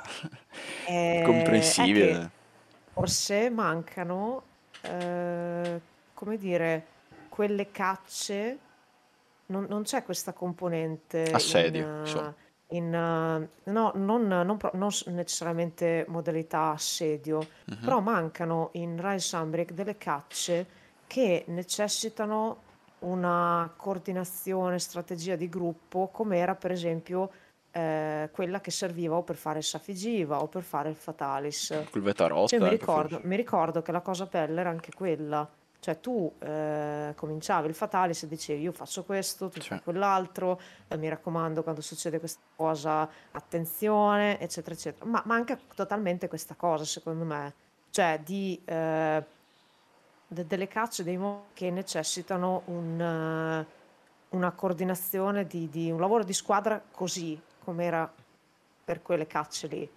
eh, è che Comprensibile. forse mancano, eh, come dire, quelle cacce, non, non c'è questa componente in, Assedio, insomma. eh, in, eh, no, non, non pro- non s- necessariamente modalità assedio, Mhm. però mancano in Rise Sunbreak delle cacce che necessitano una coordinazione, strategia di gruppo, come era per esempio eh, quella che serviva o per fare il Safigiva o per fare il Fatalis. Col Cioè, Vetarotta mi anche ricordo, forse. mi ricordo che la cosa bella era anche quella. Cioè, tu eh, cominciavi il Fatalis e dicevi io faccio questo, tu Sì. fai quell'altro, eh, mi raccomando quando succede questa cosa, attenzione, eccetera, eccetera. Ma manca totalmente questa cosa, secondo me. Cioè, di eh, de- delle cacce, dei mo che necessitano un, eh, una coordinazione di, di un lavoro di squadra così, come era per quelle cacce lì.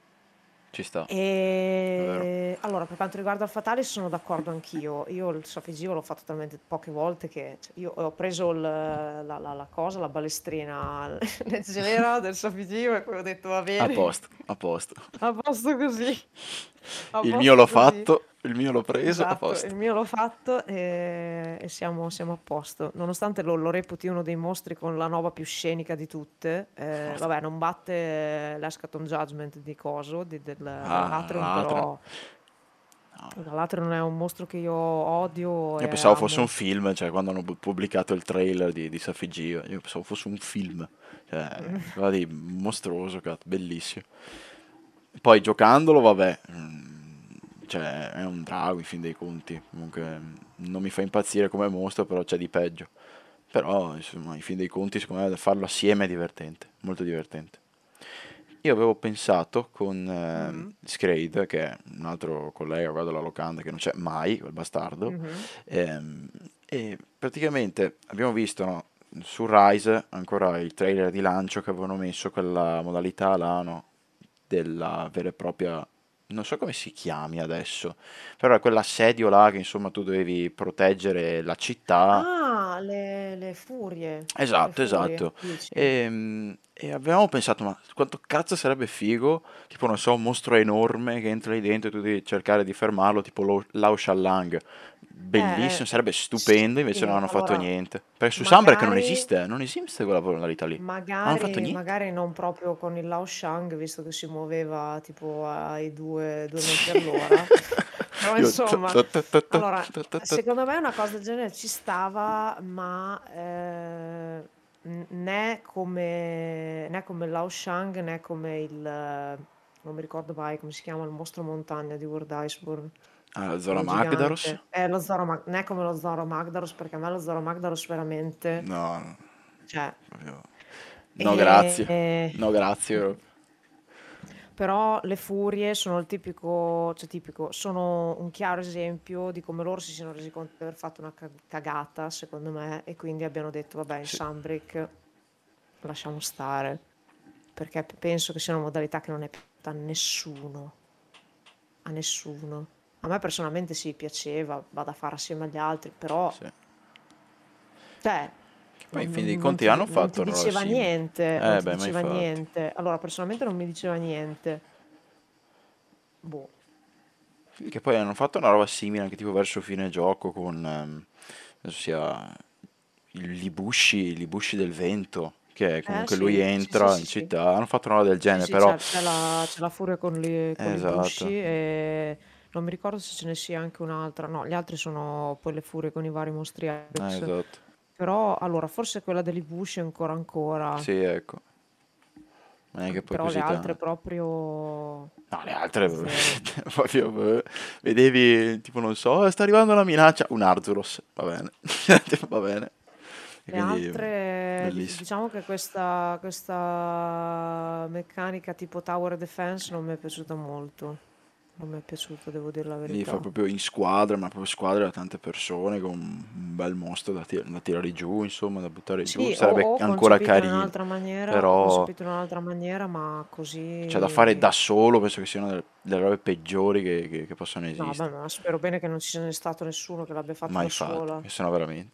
Ci sta, è vero. E allora, per quanto riguarda il Fatalis, sono d'accordo anch'io. Io il Soffigivo l'ho fatto talmente poche volte che cioè, io ho preso il- la, la- la cosa, la balestrina leggera del Soffigivo e poi ho detto va A bene, posto, a posto. a posto così, a Il mio l'ho posto così. fatto, il mio l'ho preso, a Esatto, posto. il mio l'ho fatto e, e siamo, siamo a posto. Nonostante lo, lo reputi uno dei mostri con la nova più scenica di tutte, eh, vabbè, non batte l'Eschaton Judgment di Coso, di- del, Ah, dell'Atrium, l'altra. però No. l'Atrium non è un mostro che io odio Io e pensavo fosse un amo. film, cioè quando hanno pu- pubblicato il trailer di, di Saffigia, io pensavo fosse un film. Cioè, guarda, di mostruoso, cazzo, bellissimo. Poi giocandolo, vabbè, mm, cioè è un drago in fin dei conti. Comunque mm, non mi fa impazzire come mostro, però c'è di peggio. Però, insomma, in fin dei conti, secondo me farlo assieme è divertente, molto divertente. Io avevo pensato con ehm, Mm, Scrade, che è un altro collega qua della locanda che non c'è mai, quel bastardo, mhm. ehm, e praticamente abbiamo visto, no, su Rise ancora il trailer di lancio che avevano messo quella modalità là, no, della vera e propria, non so come si chiami adesso, però è quell'assedio là che insomma tu dovevi proteggere la città. Ah, le, le furie, le Esatto, furie, esatto. dici? E, e avevamo pensato, ma quanto cazzo sarebbe figo, tipo, non so, un mostro enorme che entra lì dentro e tu devi cercare di fermarlo, tipo lo- Lao Shallang. Eh, Bellissimo, eh, sarebbe stupendo, invece non sì, hanno fatto allora, niente. Perché su Sunbreak non magari... esiste, non esiste quella modalità lì. Non hanno fatto Magari, niente. magari non proprio con il Lao Shang, visto che si muoveva tipo ai due, due metri Sì. all'ora. Però Io- ta- insomma, ta- ta- ta- ta- allora, ta- ta- ta- secondo me una cosa del genere ci stava, ma eh, n- né come, né come il Lao Shang né come il... eh, non mi ricordo mai come si chiama il mostro montagna di World Iceborne, Ah, Zora quello Magdaros? gigante. È lo Zoro Mag- né come lo Zoro Magdaros, perché a me lo Zoro Magdaros veramente... No, no, Cioè, proprio- no, grazie. e- No, grazie. proprio. però le furie sono il tipico, cioè tipico, sono un chiaro esempio di come loro si siano resi conto di aver fatto una ca- cagata, secondo me, e quindi abbiano detto, vabbè, in Sì. Sunbreak lasciamo stare, perché p- penso che sia una modalità che non è piaciuta a nessuno, a nessuno. A me personalmente sì, piaceva, vado a fare assieme agli altri, però, Sì. cioè, Che poi in non, fin dei non- non conti ti, hanno di- non fatto ti una roba diceva simile. niente, non Eh ti beh, ma diceva infatti. niente. Allora, personalmente non mi diceva niente. Boh. Che poi hanno fatto una roba simile anche tipo verso fine gioco con, ehm, penso sia il Libushi, Libushi del vento, che Eh comunque lui sì, sì, sì, entra in sì, sì. città. Hanno fatto una roba del Sì, genere, sì, però. c'è c'è la, c'è la furia con, li- con i Esatto, busci e non mi ricordo se ce ne sia anche un'altra. No, gli altri sono poi le furie con i vari mostri eh, Apex. esatto. Però, allora, forse quella degli Bushi ancora ancora, Sì, ecco. Non è che poi però le così altre tanto. proprio No, le altre zero. proprio eh, vedevi, tipo non so, "Oh, sta arrivando la minaccia, un Arzuros, va bene, va bene, e Le quindi altre, dic- bellissimo. diciamo che questa, questa meccanica tipo tower defense non mi è piaciuta molto. non mi è piaciuto, devo dire la Lì fa verità. proprio in squadra, ma proprio squadra da tante persone con un bel mostro da, tir- da tirare giù, insomma, da buttare giù. Sì, o, Sarebbe o ancora concepito in carino, un'altra maniera, o però concepito in un'altra maniera, ma c'è da fare così... da solo, penso che siano delle, delle robe peggiori che, che- che possano No, vabbè, esistere. ma spero bene che non ci sia stato nessuno che l'abbia fatto Mai da fatto, sola. che sono veramente.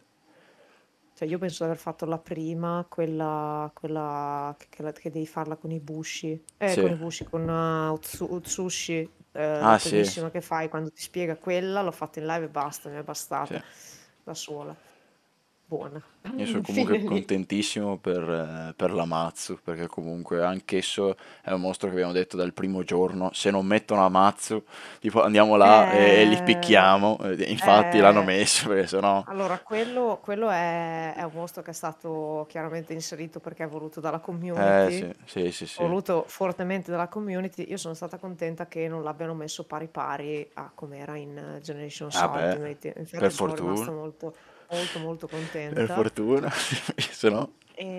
Cioè, io penso di aver fatto la prima, quella, quella che, che la- che devi farla con i Bushi, eh, Sì. con i Bushi, con uh, Utsu- Utsushi, eh, la Ah, sì, sì. primissima che fai quando ti spiega quella, l'ho fatta in live e basta, mi è Sì. bastata da sola. Buona. Io sono comunque Fine lì. contentissimo per, eh, per l'Amatsu, perché comunque anch'esso è un mostro che abbiamo detto dal primo giorno, se non mettono Amatsu, tipo andiamo là e, e li Eh, picchiamo, e infatti l'hanno eh, messo, perché sennò... allora, quello, quello è, è un mostro che è stato chiaramente inserito perché è voluto dalla Eh community, sì, sì, sì, sì. voluto fortemente dalla community. Io sono stata contenta che non l'abbiano messo pari pari a come era in eh, Generations Ah beh, Ultimate. per Infatti sono rimasta fortuna, molto, molto, molto per contenta. fortuna, se no...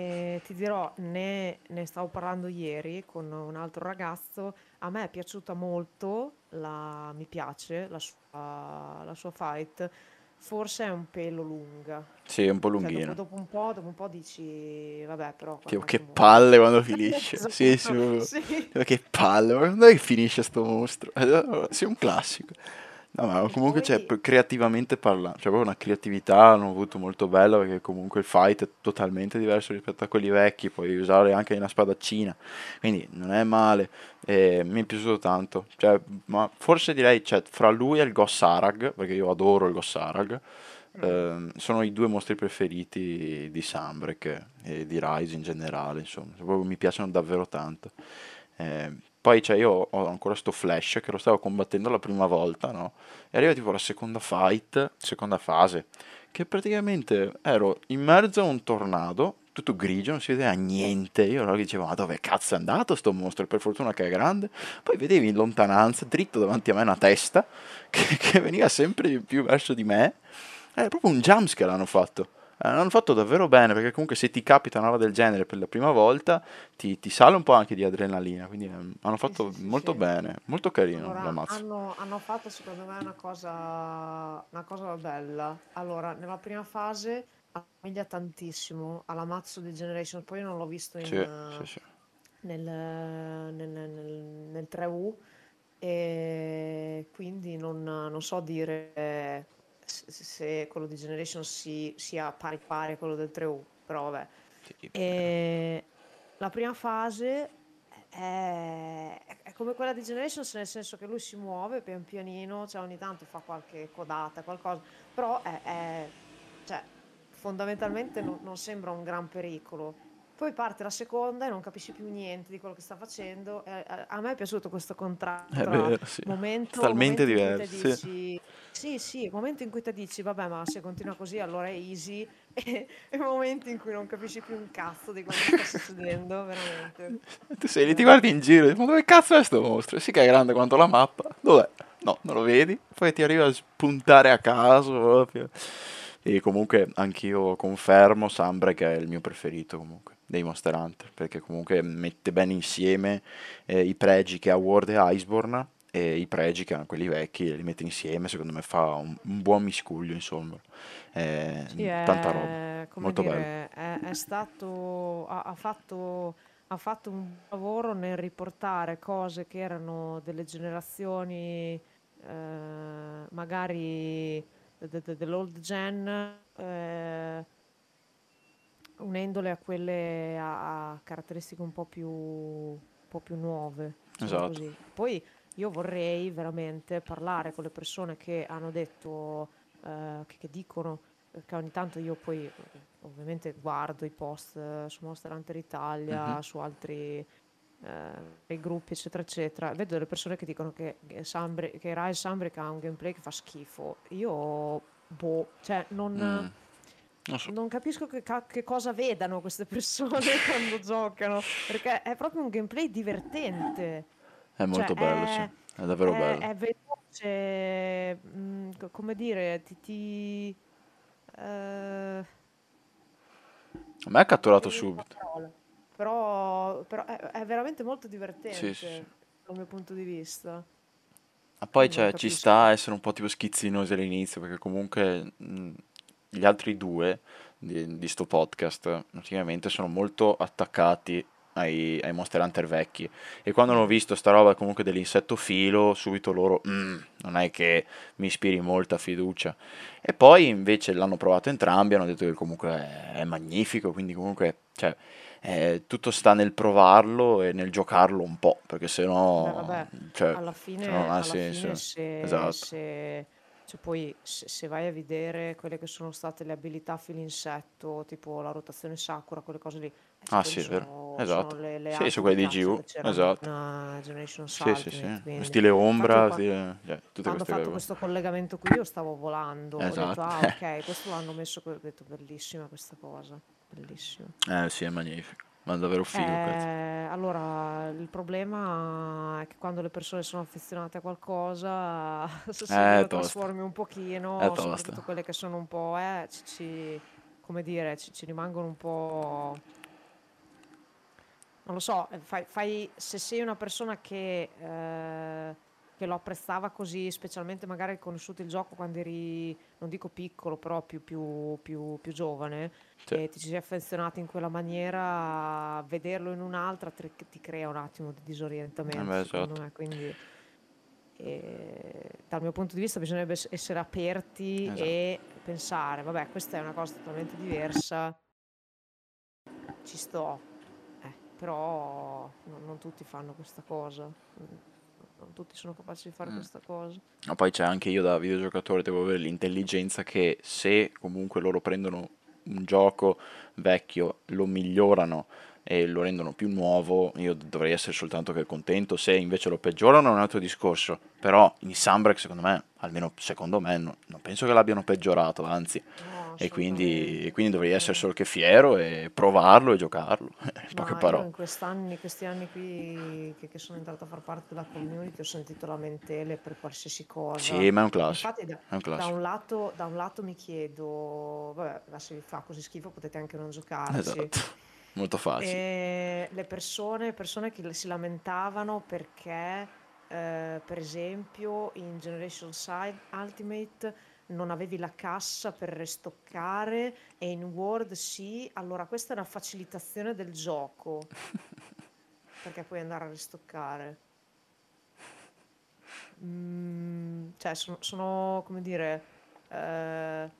E ti dirò, ne, ne stavo parlando ieri con un altro ragazzo. A me è piaciuta molto, la, mi piace la sua, la sua fight. Forse è un pelo lunga. Sì, è un po' Cioè, dopo, lunghino. dopo un po', dopo un po' dici, vabbè, però Tipo, guarda che comunque. palle quando finisce. Sì, sì, Esatto, proprio. sì. Tipo, che palle, ma quando è che finisce sto mostro? Eh, Sì, è un classico. No, ma E comunque poi, c'è, p- creativamente parlando, c'è proprio una creatività, hanno avuto molto bella perché comunque il fight è totalmente diverso rispetto a quelli vecchi, puoi usare anche una spadaccina, quindi non è male, e mi è piaciuto tanto, cioè, ma forse direi, cioè, fra lui e il Gossarag, perché io adoro il Gossarag, mm, ehm, sono i due mostri preferiti di Sunbreak e di Rise in generale, insomma, proprio mi piacciono davvero tanto. Eh, poi cioè, io ho ancora sto Flash che lo stavo combattendo la prima volta, no? E arriva tipo la seconda fight, seconda fase, che praticamente ero in mezzo a un tornado, tutto grigio, non si vedeva niente. Io allora dicevo, ma dove cazzo è andato sto mostro? Per fortuna che è grande. Poi vedevi in lontananza, dritto davanti a me, una testa che, che veniva sempre di più verso di me. È proprio un jumpscare hanno fatto. Eh, L'hanno fatto davvero bene perché comunque se ti capita una roba del genere per la prima volta ti, ti sale un po' anche di adrenalina. Quindi ehm, hanno sì, fatto sì, sì, molto sì. bene, molto carino la Allora, mazza. hanno, hanno fatto secondo me una cosa, una cosa bella. Allora, nella prima fase assomiglia tantissimo alla Mazzo di Generation, poi io non l'ho visto in, Sì, sì, eh, sì. nel, nel, nel- nel tre U e quindi non, non so dire se, se quello di Generation si, sia pari pari a quello del tre U, però vabbè. Sì, più o meno. E la prima fase è, è come quella di Generations, nel senso che lui si muove pian pianino, cioè ogni tanto fa qualche codata, qualcosa, però è, è- cioè, fondamentalmente non, non sembra un gran pericolo. Poi parte la seconda e non capisci più niente di quello che sta facendo. E a, a me è piaciuto questo contrasto È tra vero, sì. momento, Totalmente momento in cui te diverso, sì. dici sì, sì, momento in cui te dici vabbè, ma se continua così allora è easy, e, e momenti in cui non capisci più un cazzo di quello che sta succedendo, veramente. Tu sei lì, ti Veramente. guardi in giro e dici, ma dove cazzo è sto mostro? Sì che è grande quanto la mappa. Dov'è? No, non lo vedi. Poi ti arriva a spuntare a caso proprio. E comunque anch'io confermo Sambre che è il mio preferito comunque dei Monster Hunter, perché comunque mette bene insieme eh, i pregi che ha World e Iceborne e i pregi che hanno quelli vecchi, e li mette insieme, secondo me fa un, un buon miscuglio, insomma. Eh, Sì, tanta roba, è, come molto bello. dire, è, è stato, ha, ha fatto, ha fatto un lavoro nel riportare cose che erano delle generazioni, eh, magari de- de- de- dell'old gen, eh, unendole a quelle a, a caratteristiche un po' più, un po' più nuove, diciamo Esatto. così. Poi io vorrei veramente parlare con le persone che hanno detto, eh, che, che dicono, perché ogni tanto io poi eh, ovviamente guardo i post eh, su Monster Hunter Mhm. Italia, su altri eh, i gruppi, eccetera, eccetera. Vedo delle persone che dicono che, che, Sunbreak- che Rise Sunbreak ha un gameplay che fa schifo. Io, boh, cioè, non. Mm, non so. Non capisco che, ca- che cosa vedano queste persone quando giocano, perché è proprio un gameplay divertente. È Cioè, molto bello, sì. è, È davvero è- bello. è veloce, mm, co- come dire, ti, ti, eh, A me ha non catturato mi viene la subito. parola. Però, però è, è veramente molto Sì, sì, sì. divertente dal mio punto di vista. Ma poi non cioè, ci sta capisco. a essere un po' tipo schizzinosi all'inizio, perché comunque mh, gli altri due di, di sto podcast praticamente sono molto attaccati ai, ai Monster Hunter vecchi. E quando hanno Mm. visto sta roba comunque dell'insetto filo, subito loro, "Mm, non è che mi ispiri molta fiducia." E poi invece l'hanno provato entrambi, hanno detto che comunque è, è magnifico, quindi comunque, cioè, eh, tutto sta nel provarlo e nel giocarlo un po', perché Beh, sennò, vabbè, cioè, alla se no non fine, ha alla fine senso. se, Esatto. se, cioè poi se, se vai a vedere quelle che sono state le abilità filo-insetto, tipo la rotazione Sakura, quelle cose lì, eh, cioè, Ah quelle sì, è vero. sono, sono Esatto. le, le Sì, su alte di quelli di cazzo G U. che c'erano in Esatto. uh, Generations Sì, sì, sì. Ultimate, quindi. Stile Infatti io ombra, qua- stile... cioè, tutte quando ho queste fatto cose questo collegamento qui io stavo volando, qua. ho detto, Esatto. ah ok, questo l'hanno messo, qui", ho detto, bellissima questa cosa, bellissima. Eh sì, è magnifico. Ma è davvero figo, cazzo. Eh, allora, il problema è che quando le persone sono affezionate a qualcosa, se, se Eh, glielo è tosta. trasformi un È pochino, soprattutto tosta. quelle che sono un po', eh, ci, ci- come dire, ci, ci rimangono un po'. Non lo so, eh, fai, fai- se sei una persona che, eh, che lo apprezzava così, specialmente magari hai conosciuto il gioco quando eri, non dico piccolo, però più, più- più- più giovane, Sì. e ti ci sei affezionato in quella maniera, vederlo in un'altra ti, ti crea un attimo di Eh disorientamento, beh, secondo esatto. me. Quindi, eh, dal mio punto di vista, bisognerebbe ess- essere aperti Esatto. e pensare, vabbè, questa è una cosa totalmente diversa, ci sto. Eh, però non, non tutti fanno questa cosa. Mm, Non tutti sono capaci di fare questa cosa. Ma poi c'è anche io da videogiocatore, devo avere l'intelligenza che se comunque loro prendono un gioco vecchio, lo migliorano e lo rendono più nuovo, io dovrei essere soltanto che contento. Se invece lo peggiorano è un altro discorso. Però in Sunbreak, secondo me, almeno secondo me, no- non penso che l'abbiano peggiorato, anzi. No, E quindi, e assolutamente, quindi dovrei essere solo assolutamente. che fiero e provarlo e giocarlo. In poche Ma io parole. in quest'anni, questi anni qui che, che sono entrata a far parte della community ho sentito lamentele per qualsiasi Sì, cosa. ma è un classico. Infatti da, È un da classico. un lato, da un lato mi chiedo, vabbè, ma se vi fa così schifo potete anche non giocarci. Esatto. Molto facile. E le persone, persone che si lamentavano perché, eh, per esempio, in Generation Side Ultimate non avevi la cassa per restoccare e in Word sì, allora questa è una facilitazione del gioco perché puoi andare a restoccare. Mm, cioè, sono, sono, come dire, eh,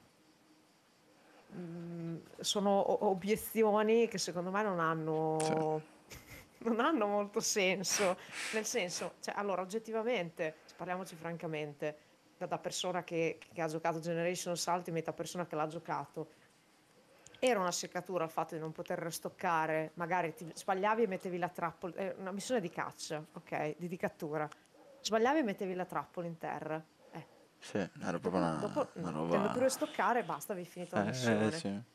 mm, sono o- obiezioni che secondo me non Sì. hanno, non hanno molto senso. Nel senso, cioè, allora, oggettivamente, cioè, parliamoci francamente, da, da persona che, che ha giocato Generations Ultimate a persona che l'ha giocato, era una seccatura il fatto di non poter restoccare, magari ti sbagliavi e mettevi la trappola, è una missione di caccia, ok, di, di cattura. Sbagliavi e mettevi la trappola in terra. Eh, Sì, era proprio dopo, una, dopo una non potendo più roba... restoccare, basta, avevi finito la Eh, missione. sì,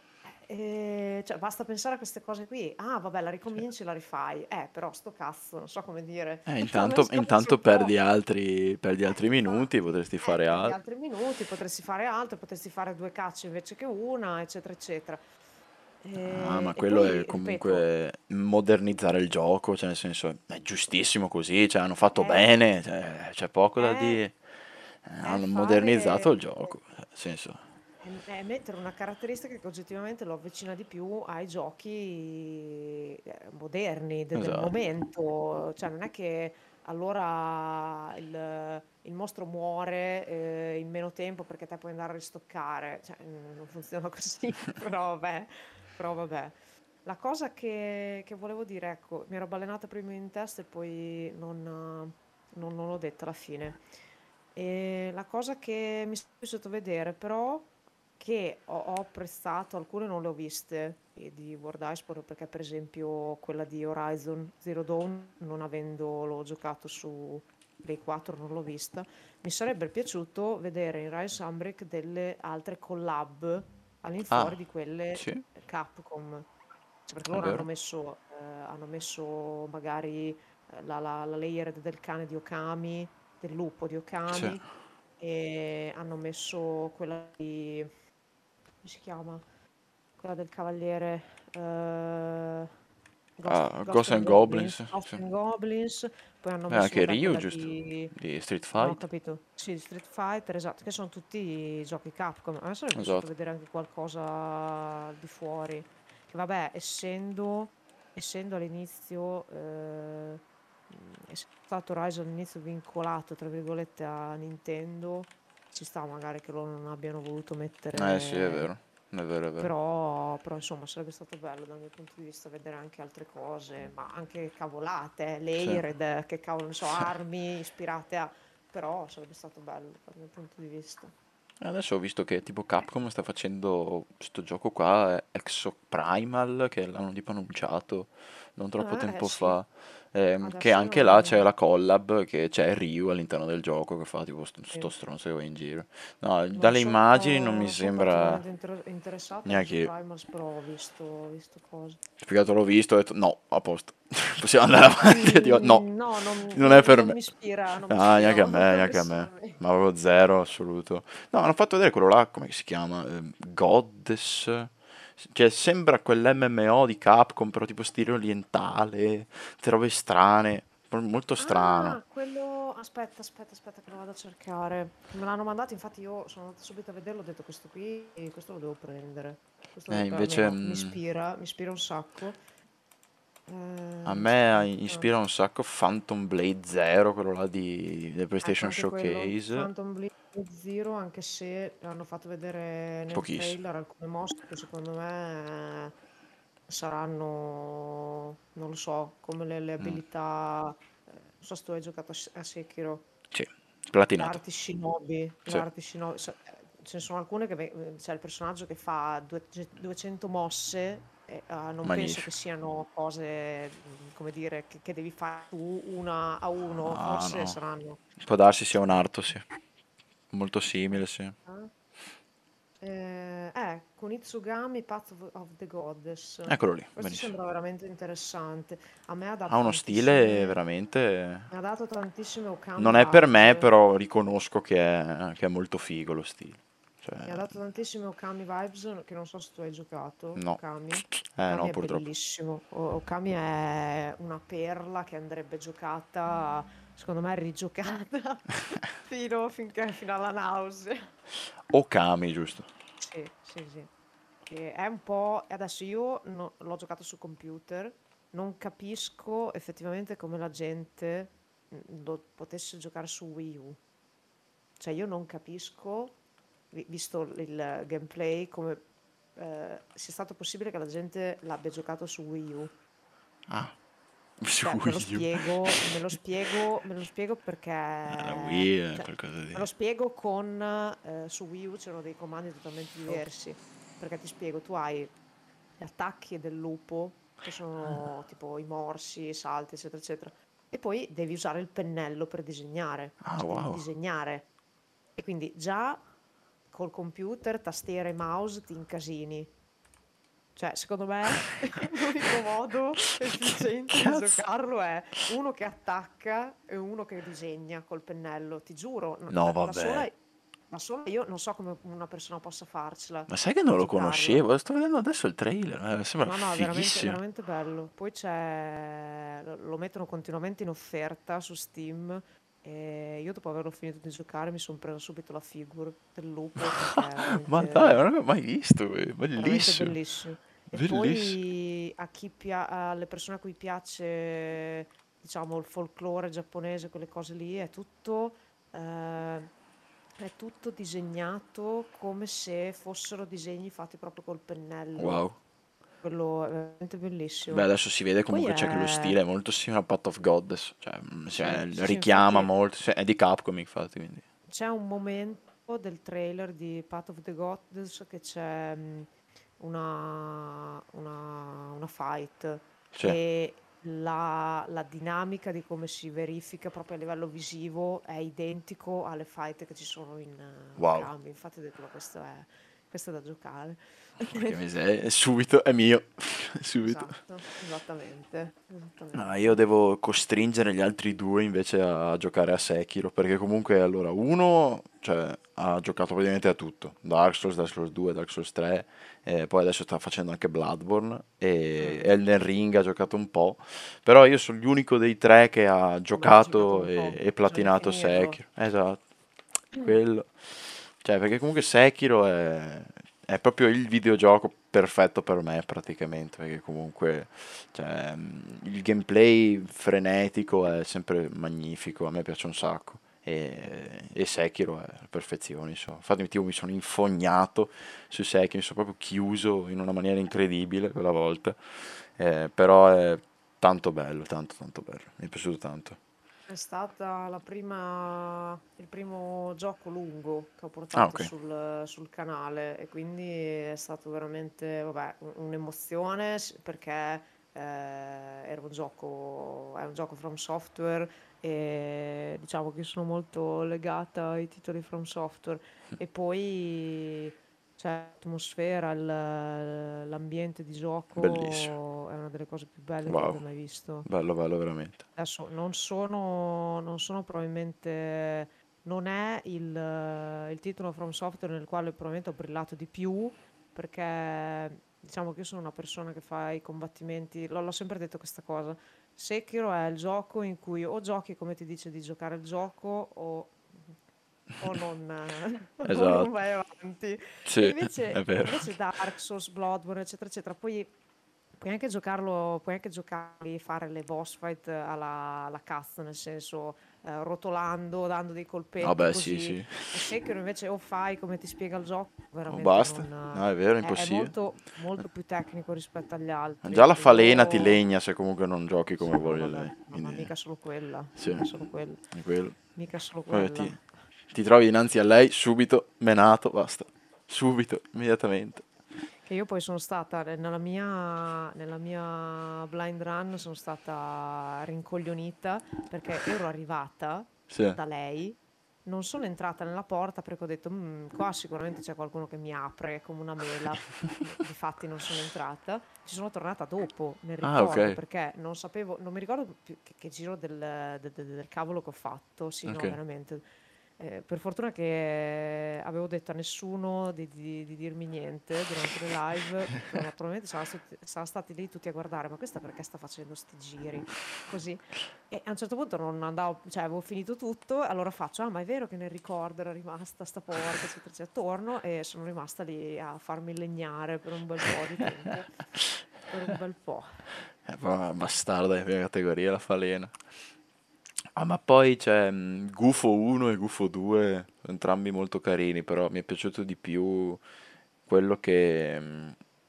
Eh, cioè, basta pensare a queste cose qui. Ah, vabbè, la sì. ricominci, la rifai. Eh, però sto cazzo, non so come dire. Eh, A me intanto, scoccia intanto un perdi po'. altri, perdi Eh, altri minuti, infatti, potresti eh, fare perdi altro. altri minuti, potresti fare altro, potresti fare due cacce invece che una, eccetera, eccetera. Ah, E, ma e quello poi, è ripeto, comunque modernizzare il gioco, cioè nel senso è giustissimo così, cioè hanno fatto è, bene, cioè, c'è poco da è- dire. Eh, è hanno fare, modernizzato il gioco, nel senso, è, è mettere una caratteristica che oggettivamente lo avvicina di più ai giochi eh, moderni de- del esatto. momento. Cioè, non è che allora il, il mostro muore eh, in meno tempo perché te puoi andare a ristoccare. Cioè, mm, non funziona così, però vabbè. Però vabbè. La cosa che, che volevo dire, ecco, mi ero balenata prima in testa e poi non, eh, non- non l'ho detta alla fine. E la cosa che mi è piaciuto vedere, però, che ho, ho apprezzato, alcune non le ho viste eh, di World Iceborne, perché per esempio quella di Horizon Zero Dawn, non avendolo giocato su Play quattro, non l'ho vista. Mi sarebbe piaciuto vedere in Rise Sunbreak delle altre collab all'infuori Ah, di quelle sì, Capcom. Cioè, perché è loro hanno vero. messo, eh, hanno messo magari eh, la, la, la layered del cane di Okami, del lupo di Sì. Okami, e hanno messo quella di, come si chiama? Quella del cavaliere, eh, Ghost, Ah, Ghost Ghosts and and Goblins, Goblins, Ghost sì. and Goblins, Poi hanno Beh, messo, anche vabbè, Ryu, quella giusto? di... Di Street No, ho Fight. capito. Sì, Street Fighter, esatto, che sono tutti giochi Capcom. A me sarebbe piaciuto Esatto. vedere anche qualcosa al di fuori. Che vabbè, essendo, essendo all'inizio, eh, mh, essendo stato Rise all'inizio vincolato, tra virgolette, a Nintendo, ci sta magari che loro non abbiano voluto Eh sì, è mettere... vero. È vero, è vero. Però, però insomma sarebbe stato bello dal mio punto di vista vedere anche altre cose, ma anche cavolate, Sì. layered, che cavolo, ne so, armi ispirate a... Però sarebbe stato bello dal mio punto di vista. E adesso ho visto che tipo Capcom sta facendo questo gioco qua, eh, Exo Primal, che l'hanno tipo annunciato non troppo Eh, eh, tempo sì, fa, ehm, che adesso anche là c'è non... la collab, che c'è Ryu all'interno del gioco che fa tipo sto, sto sì. stronzo che va in giro. No, Non dalle immagini non sono, mi non sono sembra particolarmente inter- interessata a neanche su io. Primals, però ho visto, ho visto cose. Spiegato, l'ho visto, ho detto no, a posto. Possiamo andare avanti. E dico, no, Mm, no, non, non è non- per non me. mi ispira, non mi Ah, ispira neanche a me, neanche a me. onestamente. Ma avevo zero assoluto. No, hanno fatto vedere quello là, come si chiama? Ehm, Goddess. Cioè, sembra quell'emme emme o di Capcom, però tipo stile orientale, tutte robe strane. Molto strano. Ah, quello... Aspetta, aspetta, aspetta che lo vado a cercare. Che me l'hanno mandato, infatti io sono andata subito a vederlo, ho detto questo qui, questo lo devo prendere. Questo Eh, lo- invece almeno mi mh, ispira, mi ispira un sacco. a Eh, me aspetta. ispira un sacco Phantom Blade Zero, quello là di, del Ecco, PlayStation anche quello, Showcase. Phantom Blade Zero, anche se hanno fatto vedere nel Pochissimo. trailer alcune mosse che secondo me eh, saranno, non lo so, come le, le Mm, abilità, eh, non so se tu hai giocato a, S- a Sekiro, sì, le platinato. arti shinobi, le Sì. arti shinobi, so- eh, ce ne sono alcune che, ve- c'è il personaggio che fa due- duecento mosse, e, ah, non penso che Magnifico. siano cose, mm, come dire, che, che devi fare tu una a uno, Ah, forse no. saranno... Può darsi sia un saranno arto, sì. Molto simile, sì. Aspetta. Eh, eh, Kunitsugami Path of, of the Goddess. Eccolo lì, Questo benissimo. sembra veramente interessante. A me ha Ha dato uno stile tantissime, veramente... mi ha dato tantissime Okami Non è per me, vibes. però riconosco che è, che è molto figo lo stile. Cioè, Mi ha dato tantissime Okami vibes che non so se tu hai giocato. no. Okami. Eh Okami no, è purtroppo. bellissimo. O- Okami è una perla che andrebbe giocata, secondo me, rigiocata fino, finché, fino alla nausea. Okami, giusto. Sì, sì, sì. E è un po'... Adesso io no- l'ho giocato su computer, non capisco effettivamente come la gente mm, lo potesse giocare su Wii U. Cioè io non capisco, vi- visto il gameplay, come eh, sia stato possibile che la gente l'abbia giocato su Wii U. Ah, su Cioè, me lo Wii U. spiego, me lo spiego, me lo spiego perché... Ah, la Wii è Cioè, qualcosa di... me lo spiego con... eh, su Wii U c'erano dei comandi totalmente diversi. Perché ti spiego, tu hai gli attacchi del lupo, che sono tipo i morsi, i salti, eccetera, eccetera. E poi devi usare il pennello per disegnare. Ah, Cioè, devi wow. disegnare. E quindi già col computer, tastiera e mouse ti incasini. Cioè, secondo me l'unico modo Che efficiente di cazzo? giocarlo è uno che attacca e uno che disegna col pennello. Ti giuro, no- No, da, da sola, vabbè. da sola io non so come una persona possa farcela Ma sai che non a lo giocarlo. conoscevo? Sto vedendo adesso il trailer, eh, sembra No, no, è veramente, fighissimo. veramente bello. Poi c'è, lo lo mettono continuamente in offerta su Steam. E io dopo averlo finito di giocare mi sono preso subito la figure del lupo perché è Ma dai, veramente, non l'avevo mai visto, eh, veramente bellissimo. bellissimo. E Bellissimo. poi a chi pia- alle persone a cui piace, diciamo, il folklore giapponese, quelle cose lì, è tutto, eh, è tutto disegnato come se fossero disegni fatti proprio col pennello. Wow. Quello è veramente Beh, bellissimo. adesso si vede E poi comunque c'è che lo è... stile è molto simile a Path of Goddess, cioè, mm, Sì, cioè, sì, sì, richiama infatti molto, cioè, è di Capcom infatti, quindi. c'è un momento del trailer di Path of the Gods che c'è mh, una, una, una fight Sì, e la, la dinamica di come si verifica proprio a livello visivo è identico alle fight che ci sono in uh, wow. Okami. Infatti ho detto, ma questo è, questo è da giocare. Porca miseria, subito è mio. subito. esatto, esattamente, Ah, io esattamente. devo costringere gli altri due invece a giocare a Sekiro, perché comunque allora uno, cioè, ha giocato praticamente a tutto, Dark Souls, Dark Souls due, Dark Souls tre, e poi adesso sta facendo anche Bloodborne, e Mm. Elden Ring ha giocato un po', però io sono l'unico dei tre che ha Vabbè, ha giocato giocato un e, po', e bisogna platinato finirlo. Sekiro, esatto, Mm. quello. Cioè, perché comunque Sekiro è, è proprio il videogioco perfetto per me, praticamente, perché comunque, cioè, mh, il gameplay frenetico è sempre magnifico, a me piace un sacco. E, e Sekiro è la perfezione, insomma. Infatti, tipo, mi sono infognato su Sekiro, mi sono proprio chiuso in una maniera incredibile quella volta. Eh, però è tanto bello, tanto, tanto bello. Mi è piaciuto tanto. È stata la prima, il primo gioco lungo che ho Ah, portato ok. sul, sul canale e quindi è stato veramente, vabbè, un- un'emozione s- perché eh, era un gioco, è un gioco From Software e diciamo che sono molto legata ai titoli From Software e poi c'è l'atmosfera, il- l'ambiente di Bellissimo. gioco è una delle cose più belle che Wow. abbia mai visto. Bello, bello veramente. Adesso non sono, non sono probabilmente, non è il, eh, il titolo From Software nel quale probabilmente ho brillato di più, perché diciamo che io sono una persona che fa i combattimenti, l'ho l'ho sempre detto questa cosa. Sekiro è il gioco in cui o giochi come ti dice di giocare il gioco o, o non, o non Esatto. vai avanti. E Sì, è invece, vero. invece Dark Souls, Bloodborne, eccetera, eccetera, poi puoi anche giocarlo, puoi anche giocarli, fare le boss fight alla, alla cazzo, nel senso eh, rotolando, dando dei colpetti Vabbè, sì, così. sì. E Sekiro invece o fai come ti spiega il gioco, Oh, veramente basta. non, No, è vero, è è, è impossibile. molto, molto più tecnico rispetto agli altri. Già la E falena ti io, legna se comunque non giochi come sì, voglio vabbè, lei. ma, ma Quindi, mica solo quella, sì, mica solo quella, è quello. mica solo Poi quella. ti, ti trovi dinanzi a lei, subito, menato, basta. Subito, immediatamente. Che io poi sono stata ne- nella mia, nella mia blind run, sono stata rincoglionita perché ero arrivata Sì. da lei, non sono entrata nella porta perché ho detto, "Mm, qua sicuramente c'è qualcuno che mi apre come una mela." No, difatti non sono entrata, ci sono tornata dopo nel Ah, ok. ricordo perché non sapevo, non mi ricordo più che, che giro del, del- del- del cavolo che ho fatto, sì Ok. no veramente. Eh, per fortuna che avevo detto a nessuno di, di- di dirmi niente durante le live, però, ma probabilmente saranno stati, saranno stati lì tutti a guardare, ma questa perché sta facendo sti giri? Così. E a un certo punto non andavo, cioè avevo finito tutto, allora faccio, ah ma è vero che nel ricordo era rimasta sta porta, eccetera, eccetera. Torno e sono rimasta lì a farmi legnare per un bel po' di tempo, per un bel po'. Eh, ma bastarda di prima categoria la falena. Ah, ma poi c'è mm, Gufo uno e Gufo due, entrambi molto carini, però mi è piaciuto di più quello che, mm,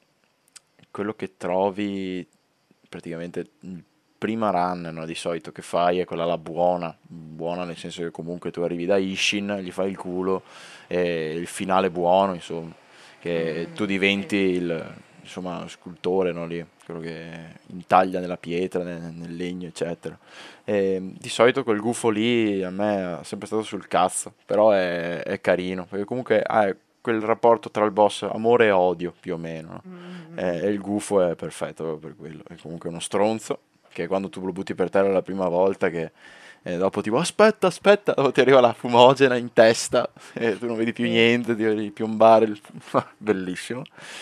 quello che trovi praticamente in prima run, no, di solito che fai è quella là buona, buona nel senso che comunque tu arrivi da Ishin, gli fai il culo e il finale buono, insomma, Mm, che mm, tu mm, diventi sì. il, insomma, lo scultore, no, lì, quello che intaglia nella pietra, nel, nel legno, eccetera. E, di solito quel gufo lì a me è sempre stato sul cazzo, però è, è carino, perché comunque ha quel rapporto tra il boss amore e odio, più o meno, no? Mm, mm, E, mm, mm. e il gufo è perfetto proprio per quello, è comunque uno stronzo, che quando tu lo butti per terra la prima volta, che eh, dopo tipo aspetta, aspetta, dopo ti arriva la fumogena in testa e tu non vedi più Sì. niente, ti devi piombare, il... bellissimo.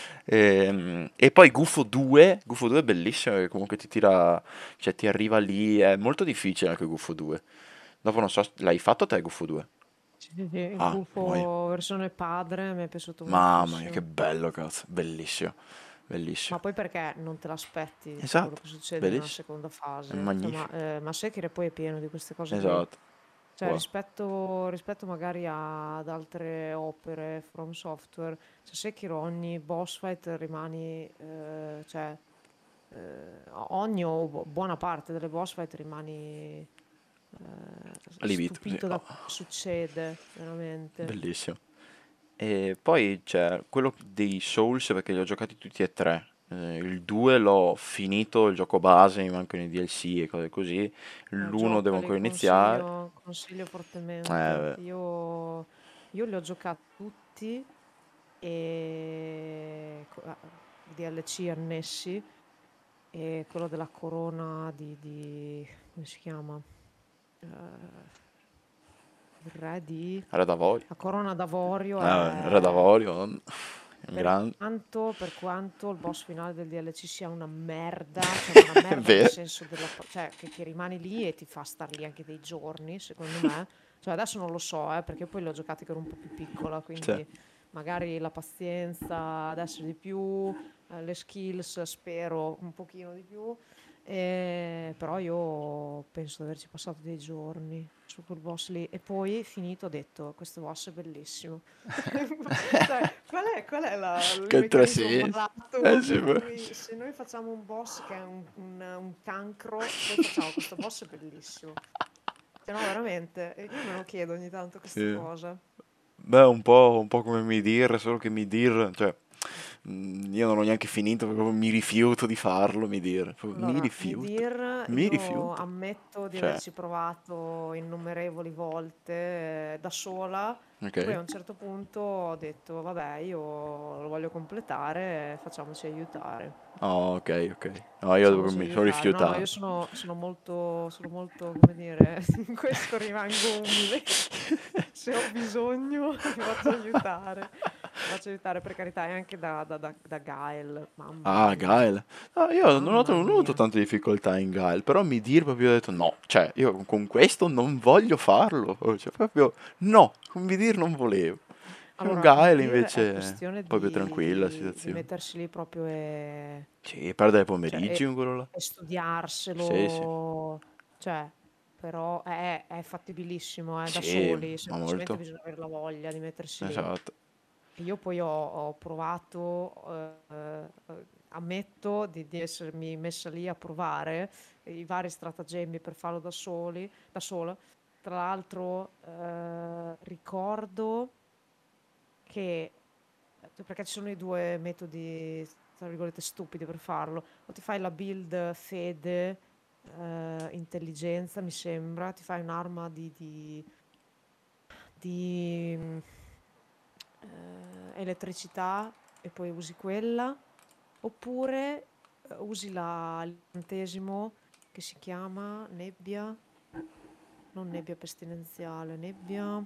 E, e poi Gufo due, Gufo due è bellissimo, perché comunque ti tira, cioè ti arriva lì, è molto difficile anche Gufo due. Dopo non so, l'hai fatto te Gufo due? Sì, sì, sì, il Ah, muoio. gufo versione padre mi è piaciuto Mamma mia, che moltissimo. bello, cazzo, bellissimo, bellissimo. Ma poi perché non te l'aspetti quello Esatto, che succede nella bellissimo, seconda è fase? Cioè, ma, magnifico. eh, ma Sekiro poi è pieno di queste cose qui. Esatto, Cioè, wow. rispetto, rispetto magari a- ad altre opere From Software, cioè Sekiro ogni boss fight rimani, eh, cioè, eh, ogni o bu- buona parte delle boss fight rimani eh, Allibito, sì, stupito da oh, quello che succede, veramente. bellissimo. E poi c'è quello dei Souls perché li ho giocati tutti e tre. Eh, il due l'ho finito, il gioco base, mi mancano i D L C e cose così. Eh, L'uno devo giocali, ancora iniziare. consiglio, consiglio fortemente. Eh, Io, io li ho giocati tutti e co- ah, D L C annessi e quello della corona di, di- come si chiama? Eh, il re di... Re d'Avorio. La corona d'avorio Eh, Re è... d'Avorio, un Per grande. quanto, per quanto il boss finale del D L C sia una merda, cioè ma una È merda nel vero. senso della, pa- cioè che, che rimani lì e ti fa star lì anche dei giorni, secondo me. Cioè adesso non lo so, eh, perché poi li ho giocati che ero un po' più piccola, Cioè, quindi magari la pazienza adesso di più, eh, le skills spero un pochino di più, eh, però io penso di averci passato dei giorni su quel boss lì e poi finito ho detto questo boss è bellissimo. Cioè, qual è, qual è la- il che tre meccanismo sensi. malato Eh sì, per beh. cui se noi facciamo un boss che è un, un- un cancro, poi facciamo questo boss è bellissimo. Cioè, no, veramente, e io me lo chiedo ogni tanto questa Sì. cosa. Beh, un po', un po' come Midir, solo che Midir, cioè, mm, io non l'ho neanche finito perché proprio mi rifiuto di farlo, Midir. Proprio mi Allora, rifiuto. Midir, Mi io rifiuto. ammetto di Cioè, averci provato innumerevoli volte eh, da sola. Poi ok. a un certo punto ho detto, vabbè, io lo voglio completare, facciamoci aiutare. Oh, ok, ok. No, io proprio Facciamoci mi sono aiutare. No, no, io rifiutato. sono, sono molto, sono molto, come dire, in questo rimango umile. Se ho bisogno mi faccio aiutare. Mi faccio aiutare per carità, e anche da, da, da, da Gael. Mamma Ah, mia, Gael. No, io non ho, mamma non ho avuto mia. tante difficoltà in Gael, però mi dir proprio ho detto no, cioè io con questo non voglio farlo, cioè proprio no, con Midir non volevo. Con Allora, Gael Midir è invece un questione po' più tranquilla la di, di situazione. mettersi lì proprio e, Sì, perdere cioè, pomeriggi e, con quello là. e Sì, sì. studiarselo, cioè, però è, è fattibilissimo, eh, da Sì, soli, ma semplicemente molto. bisogna avere la voglia di mettersi lì. Esatto. E io poi ho, ho provato, eh, eh, ammetto di, di essermi messa lì a provare i vari stratagemmi per farlo da soli, da sola. Tra l'altro, eh, ricordo che, cioè, perché ci sono i due metodi, tra virgolette, stupidi per farlo. O ti fai la build fede, eh, intelligenza, mi sembra, ti fai un'arma di, di, di, mm, eh, elettricità e poi usi quella, oppure eh, usi la, l'incantesimo che si chiama nebbia, non nebbia pestinenziale, nebbia...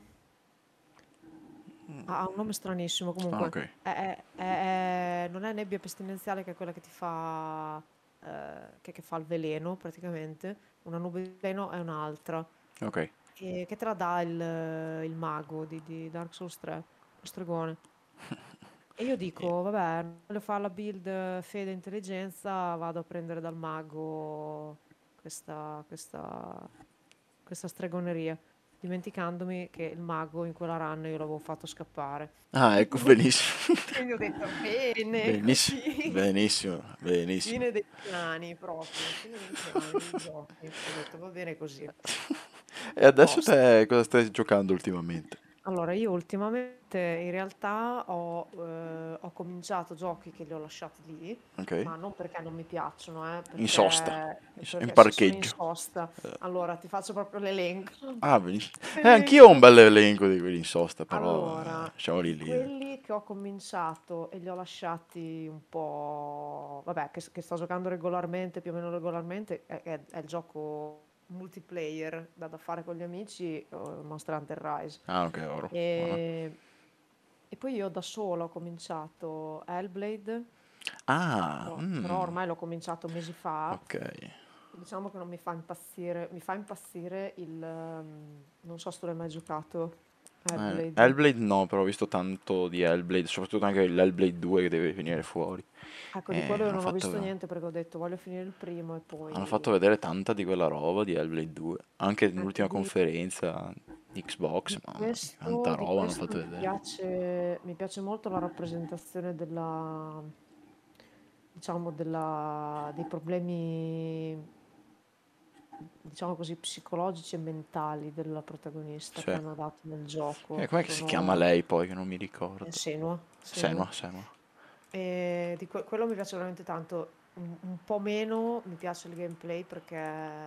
Ha ha un nome stranissimo, Ah, comunque ok. è- è- è- è- non è nebbia pestinenziale che è quella che ti fa, eh, che, che fa il veleno praticamente, una nube di veleno è un'altra, Ok. e che te la dà il, il mago di, di Dark Souls tre, lo stregone. E io E- dico, vabbè, non voglio fare la build eh, fede intelligenza, vado a prendere dal mago questa, questa, questa stregoneria, dimenticandomi che il mago in quella run io l'avevo fatto scappare. Ah, ecco, benissimo. Quindi ho detto, bene, Benissimo, così. benissimo, benissimo. Fine dei piani proprio, fine dei piani dei giochi. Ho detto, va bene così. E adesso Tosta. te cosa stai giocando ultimamente? Allora, io ultimamente in realtà ho, eh, ho cominciato giochi che li ho lasciati lì, Ok. ma non perché non mi piacciono, eh, In sosta, perché, in, so- in perché se sono in parcheggio. sosta, allora ti faccio proprio l'elenco. Ah, benissimo. Eh, anch'io ho un L'elenco. bel elenco di quelli in sosta, però eh, Allora, lasciamoli di lì. Ecco. quelli che ho cominciato e li ho lasciati un po', vabbè, che, che sto giocando regolarmente, più o meno regolarmente, è, è- è il gioco multiplayer da, da fare con gli amici, eh, Monster Hunter Rise. Ah, ok, oro. Oro. E, e poi io da sola ho cominciato Hellblade, Ah, però, però mm, ormai l'ho cominciato mesi fa. ok. Diciamo che non mi fa impazzire, mi fa impazzire il... ehm, non so se tu l'hai mai giocato, Eh, Hellblade. Hellblade no, però ho visto tanto di Hellblade, soprattutto anche l'Hellblade due che deve venire fuori. Ecco, di E quello io hanno non ho fatto, visto niente perché ho detto voglio finire il primo e hanno fatto poi... vedere tanta di quella roba di Hellblade due. Anche Ecco, nell'ultima di, conferenza di Xbox, di mamma mia, questo, tanta di roba hanno questo fatto mi vedere. piace, mi piace molto la rappresentazione della, diciamo, della, dei problemi, diciamo così, psicologici e mentali della protagonista che Cioè, hanno dato nel eh, gioco. com'è che si chiama Sono... lei poi che non mi È ricordo? Senua, Senua. Senua, Senua. E di que- quello mi piace veramente tanto. Un, un po' meno mi piace il gameplay perché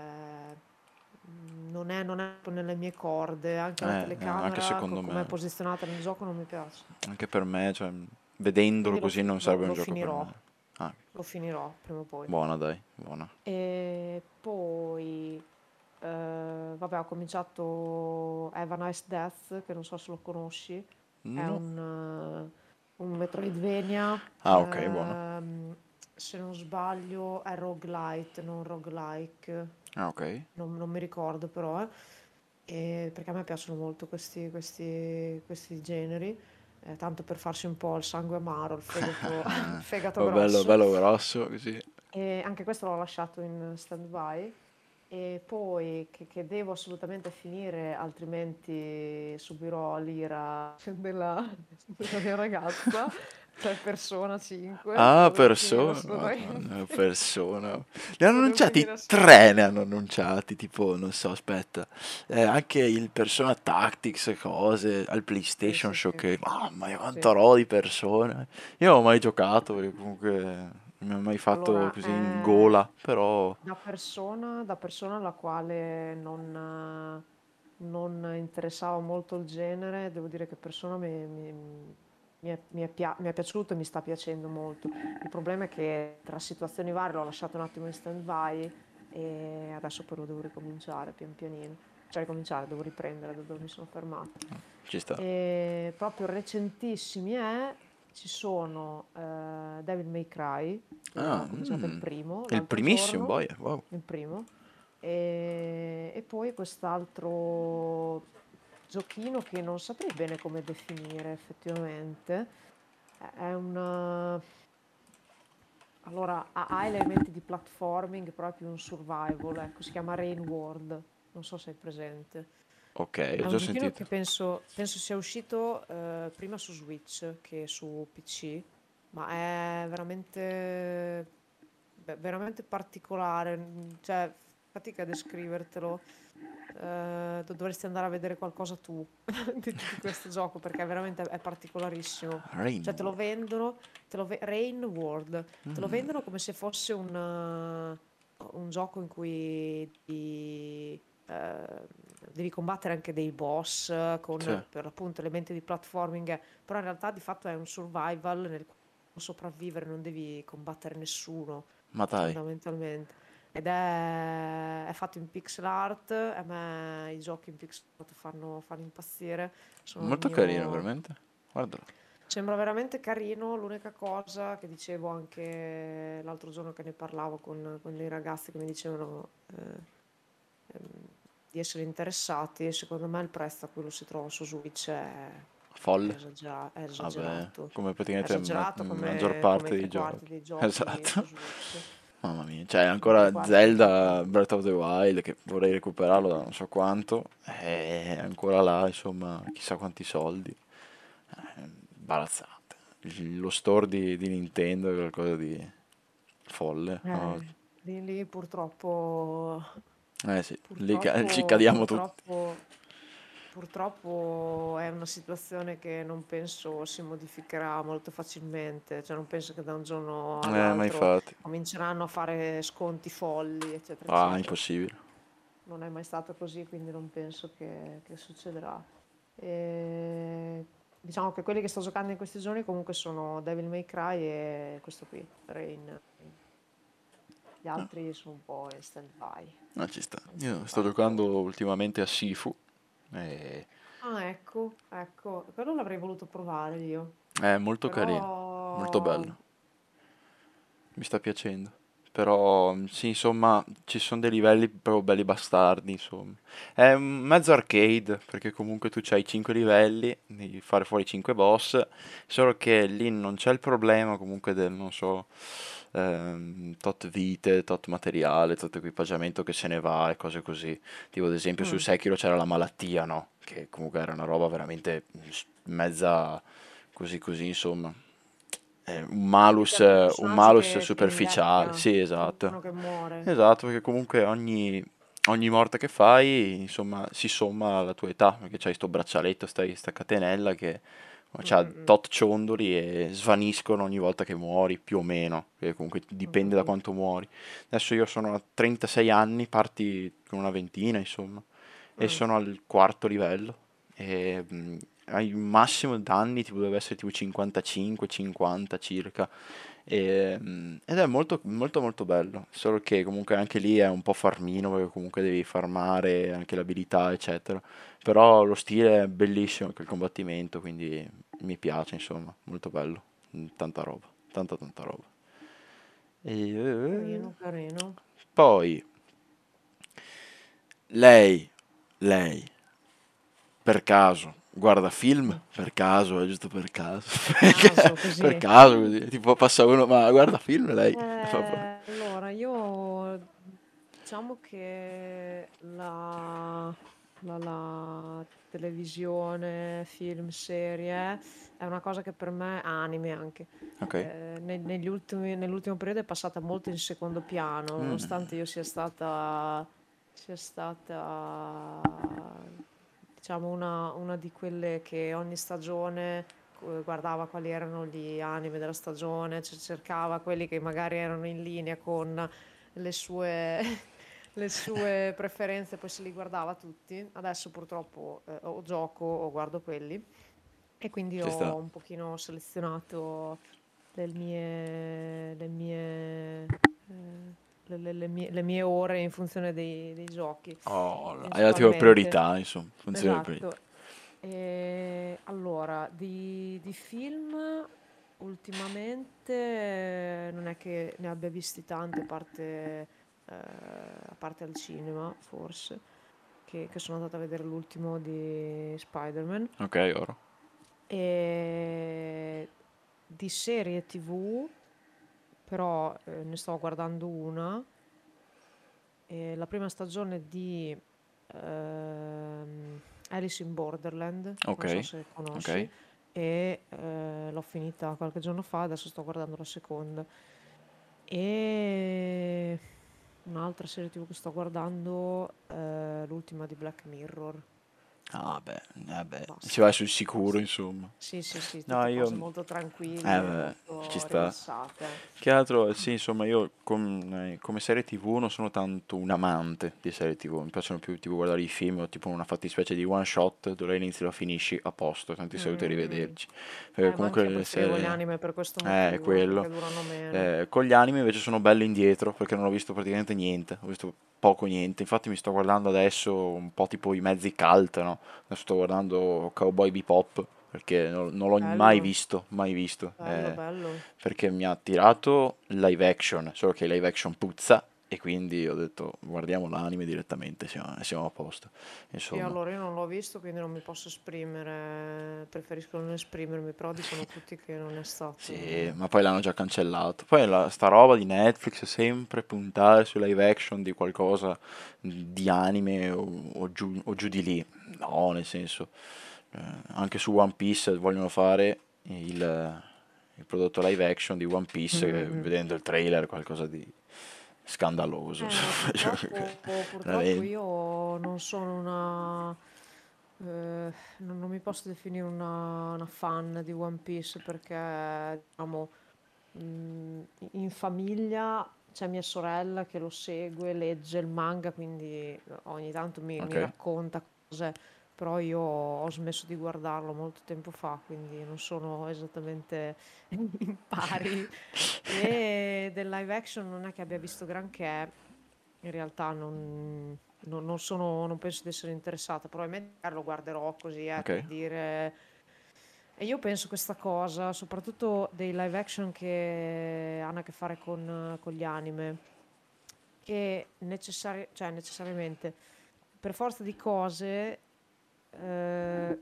mm, non è, non è proprio nelle mie corde. Anche la Eh, eh, anche telecamera, co- secondo come è me. posizionata nel gioco, non mi piace. Anche per me, cioè, vedendolo Quindi lo, così fi- non lo- sarebbe un lo gioco per finirò. me. Ah, lo finirò prima o poi. buona dai, buona. E poi, eh, vabbè, ho cominciato Have a Nice Death, che non so se lo conosci, è No. un, eh, un Metroidvania, Ah, ok, buono. ehm, se non sbaglio è roguelite, non roguelike, Ah, ok. non, non mi ricordo però, eh. E perché a me piacciono molto questi, questi, questi generi, eh, tanto per farsi un po' il sangue amaro, il fegato, il fegato Oh, bello, grosso. bello grosso, così. E anche questo l'ho lasciato in stand-by. E poi che, che devo assolutamente finire, altrimenti subirò l'ira della, della mia ragazza, cioè Persona cinque, Ah, lo devo finire Persona, assolutamente. madonna, Persona. Ne hanno Lo devo annunciati finire tre, assolutamente. ne hanno annunciati, tipo, non so, aspetta. Eh, anche il Persona Tactics e cose, al Sì, PlayStation sì, Show sì, che, mamma mia, quanto sì. roba di Persona. Io non ho mai giocato, perché comunque non mi ha mai fatto Allora, così in eh, gola, però... da persona, da persona alla quale non, eh, non interessava molto il genere, devo dire che persona mi, mi- mi è, mi è pia- mi è piaciuto e mi sta piacendo molto. Il problema è che tra situazioni varie l'ho lasciato un attimo in stand-by e adesso poi lo devo ricominciare pian pianino. Cioè ricominciare, devo riprendere da dove mi sono fermata. Ci sta. E proprio recentissimi è, ci sono eh, Devil May Cry, che ho Ah, cominciato il mm. primo Il l'altro primissimo, giorno, boia, wow. il primo, e, e poi quest'altro giochino che non saprei bene come definire effettivamente. È è un... Allora, ha, ha elementi di platforming, però è più un survival, ecco, si chiama Rain World, non so se è presente. Ok, ho È un già giochino sentito. che penso, penso sia uscito eh, prima su Switch che su P C, ma è veramente, beh, veramente particolare, mm, cioè fatica a descrivertelo. Eh, do- dovresti andare a vedere qualcosa tu di, di questo gioco perché è veramente è particolarissimo. Cioè te lo Rainbow. vendono, te lo ve- Rain World, te lo vendono come se fosse un, eh, un gioco in cui ti, eh, devi combattere anche dei boss eh, Sì, con per appunto elementi di platforming, eh, però in realtà di fatto è un survival nel quale puoi sopravvivere, non devi combattere nessuno ma dai, fondamentalmente. Ed è, è fatto in pixel art, a me i giochi in pixel art fanno, fanno impazzire, sono il molto carino, mio... veramente. Guardalo. Sembra veramente carino, l'unica cosa che dicevo anche l'altro giorno che ne parlavo con, con dei ragazzi che mi dicevano eh, ehm, di essere interessati, secondo me il prezzo a cui lo si trova su Switch è, è Folle. esagera- è Vabbè, esagerato. come È praticamente la esagerato maggior come, come parte i dei tre quarti giochi. dei giochi su Esatto. Switch. Mamma mia, cioè Come i tre ancora quarti dei giochi. Zelda Breath of the Wild che vorrei recuperarlo da non so quanto, è ancora là, insomma, chissà quanti soldi. Eh, imbarazzante. Il- Lo store di, di Nintendo è qualcosa di folle. No? Eh, lì, lì purtroppo, Eh sì, lì ca- ci purtroppo, cadiamo tutti. purtroppo, purtroppo è una situazione che non penso si modificherà molto facilmente, cioè non penso che da un giorno Eh, ma all'altro infatti. cominceranno a fare sconti folli, eccetera, Ah, eccetera. impossibile. Non è mai stato così, quindi non penso che, che succederà. E diciamo che quelli che sto giocando in questi giorni comunque sono Devil May Cry e questo qui, Rain. Gli altri sono un po' in stand-by. No, ci sta. In Io sto stand-by giocando ancora. ultimamente a Sifu. E Ah, ecco, ecco, quello l'avrei voluto provare io, è molto carino, molto però bello. Mi sta piacendo. Però, mm, sì, insomma, ci sono dei livelli proprio belli bastardi, insomma. È un mezzo arcade, perché comunque tu c'hai cinque livelli, devi fare fuori cinque boss, solo che lì non c'è il problema comunque del, non so, ehm, tot vite, tot materiale, tot equipaggiamento che se ne va e cose così. Tipo, ad esempio, su mm, Sekiro c'era la malattia, no? Che comunque era una roba veramente mm, s- mezza così così, insomma. Eh, un sì, malus, c'è quel eh, un personaggio malus che, che superficiale, invecchia, sì, man esatto. mano che muore. Esatto, perché comunque ogni, ogni morte che fai, insomma, si somma alla tua età, perché c'hai sto braccialetto, stai, sta catenella che Mm, c'ha mm, mm, tot ciondoli e svaniscono ogni volta che muori, più o meno, che comunque ho dipende da capito. quanto muori. Adesso io sono a trentasei anni, parti con una ventina, insomma, e Mm, sono al quarto livello. E, mm, hai un massimo d'anni, tipo deve essere tipo cinquantacinque cinquanta circa. E, mm, ed è molto molto molto bello, solo che comunque anche lì è un po' farmino perché comunque devi farmare anche l'abilità eccetera, però lo stile è bellissimo anche il combattimento, quindi mi piace insomma, molto bello. Mm, tanta roba, tanta tanta roba. E, eh, Carino, carino. poi lei, lei, per caso, guarda film? Mm. Per caso, è giusto per caso. Per Perché- caso, per così. caso, così. Tipo passa uno, ma guarda film lei? Eh, allora, io diciamo che la, la- la televisione, film, serie è una cosa che per me, anime anche, Ok. eh, ne- negli ultimi, nell'ultimo periodo è passata molto in secondo piano, Mm, nonostante io sia stata, sia stata, diciamo, una, una di quelle che ogni stagione gu- guardava quali erano gli anime della stagione, c- cercava quelli che magari erano in linea con le sue, le sue preferenze, poi se li guardava tutti. Adesso purtroppo eh, o gioco o guardo quelli e quindi ci sta. ho un pochino selezionato le mie, le mie, eh, le, le- le mie, le mie ore in funzione dei, dei giochi, Oh, hai dato tipo principalmente. priorità, insomma, funzione di priorità. Esatto. E allora, di, di film ultimamente eh, non è che ne abbia visti tanti, a parte, eh, a parte al cinema, forse, che, che sono andata a vedere l'ultimo di Spider-Man. Ok, oro. E di serie T V, però eh, ne sto guardando una. E la prima stagione di ehm, Alice in Borderland, Ok, non so se ok. conosci, e eh, l'ho finita qualche giorno fa, adesso sto guardando la seconda. E un'altra serie T V che sto guardando, eh, l'ultima di Black Mirror. Ah, beh, eh beh, si Basta, va sul sicuro, basta. insomma. Sì, sì, sì, No, tutte io... cose molto Eh, tranquille, beh, ci molto sta. rilassate. Che altro, sì, insomma, io com- eh, come serie T V non sono tanto un amante di serie T V, mi piacciono più tipo guardare i film o tipo una fattispecie di one shot dove inizi e lo finisci a posto, tanti Mm, saluti e mm, mm. arrivederci. Perché Eh, ma comunque anch'io le preferivo gli serie... anime per questo Eh, è motivo, quello. perché durano meno. Eh, con gli anime invece sono bello indietro perché non ho visto praticamente niente, ho visto poco niente, infatti mi sto guardando adesso un po' tipo i mezzi cult, no? Adesso sto guardando Cowboy Bebop perché non, non l'ho mai Bello, visto, mai visto. bello, Eh, bello. perché mi ha attirato live action, solo che live action puzza e quindi ho detto guardiamo l'anime direttamente, siamo, siamo a posto. Sì, Insomma, allora io non l'ho visto, quindi non mi posso esprimere, preferisco non esprimermi, però dicono tutti che non è sì, stato... ma poi l'hanno già cancellato. Poi la, sta roba di Netflix è sempre puntare su live action di qualcosa di anime o, o giù, o giù di lì. No, nel senso, eh, anche su One Piece vogliono fare il, il prodotto live action di One Mm, Piece, che, mm, mm. vedendo il trailer, qualcosa di scandaloso. Eh, Cioè, purtroppo, purtroppo veramente. io non sono una... eh, non, non mi posso definire una, una fan di One Piece perché, diciamo, mm, in famiglia c'è mia sorella che lo segue, legge il manga, quindi ogni tanto mi, Ok. mi racconta cose, però io ho smesso di guardarlo molto tempo fa, quindi non sono esattamente in pari. E del live action non è che abbia visto granché, in realtà non, non- non sono, non penso di essere interessata, probabilmente lo guarderò così, eh, Ok. per dire... E io penso questa cosa, soprattutto dei live action che hanno a che fare con, con gli anime, che necessari- cioè, necessariamente, per forza di cose, eh,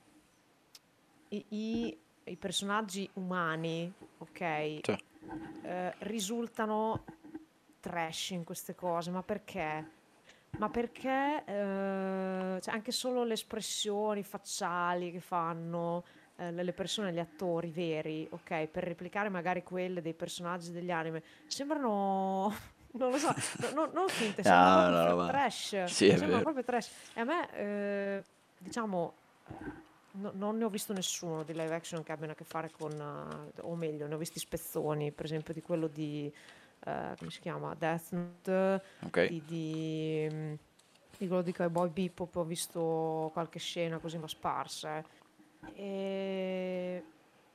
i, i- i personaggi umani, ok, Cioè, eh, risultano trash in queste cose, ma perché? Ma perché eh, cioè anche solo le espressioni facciali che fanno eh, le le persone, gli attori veri, ok, per replicare magari quelle dei personaggi degli anime, sembrano, non lo so, no- no- non finte, sembrano ah, proprio una fr- roba. trash, Sì, è sembrano vero. proprio trash. E a me, eh, diciamo, no- non ne ho visto nessuno di live action che abbiano a che fare con, eh, o meglio, ne ho visti spezzoni, per esempio di quello di, eh, come si chiama, Death Note, Ok. di, di, mm, di quello di Cowboy Bebop, ho visto qualche scena così ma sparse, eh. E-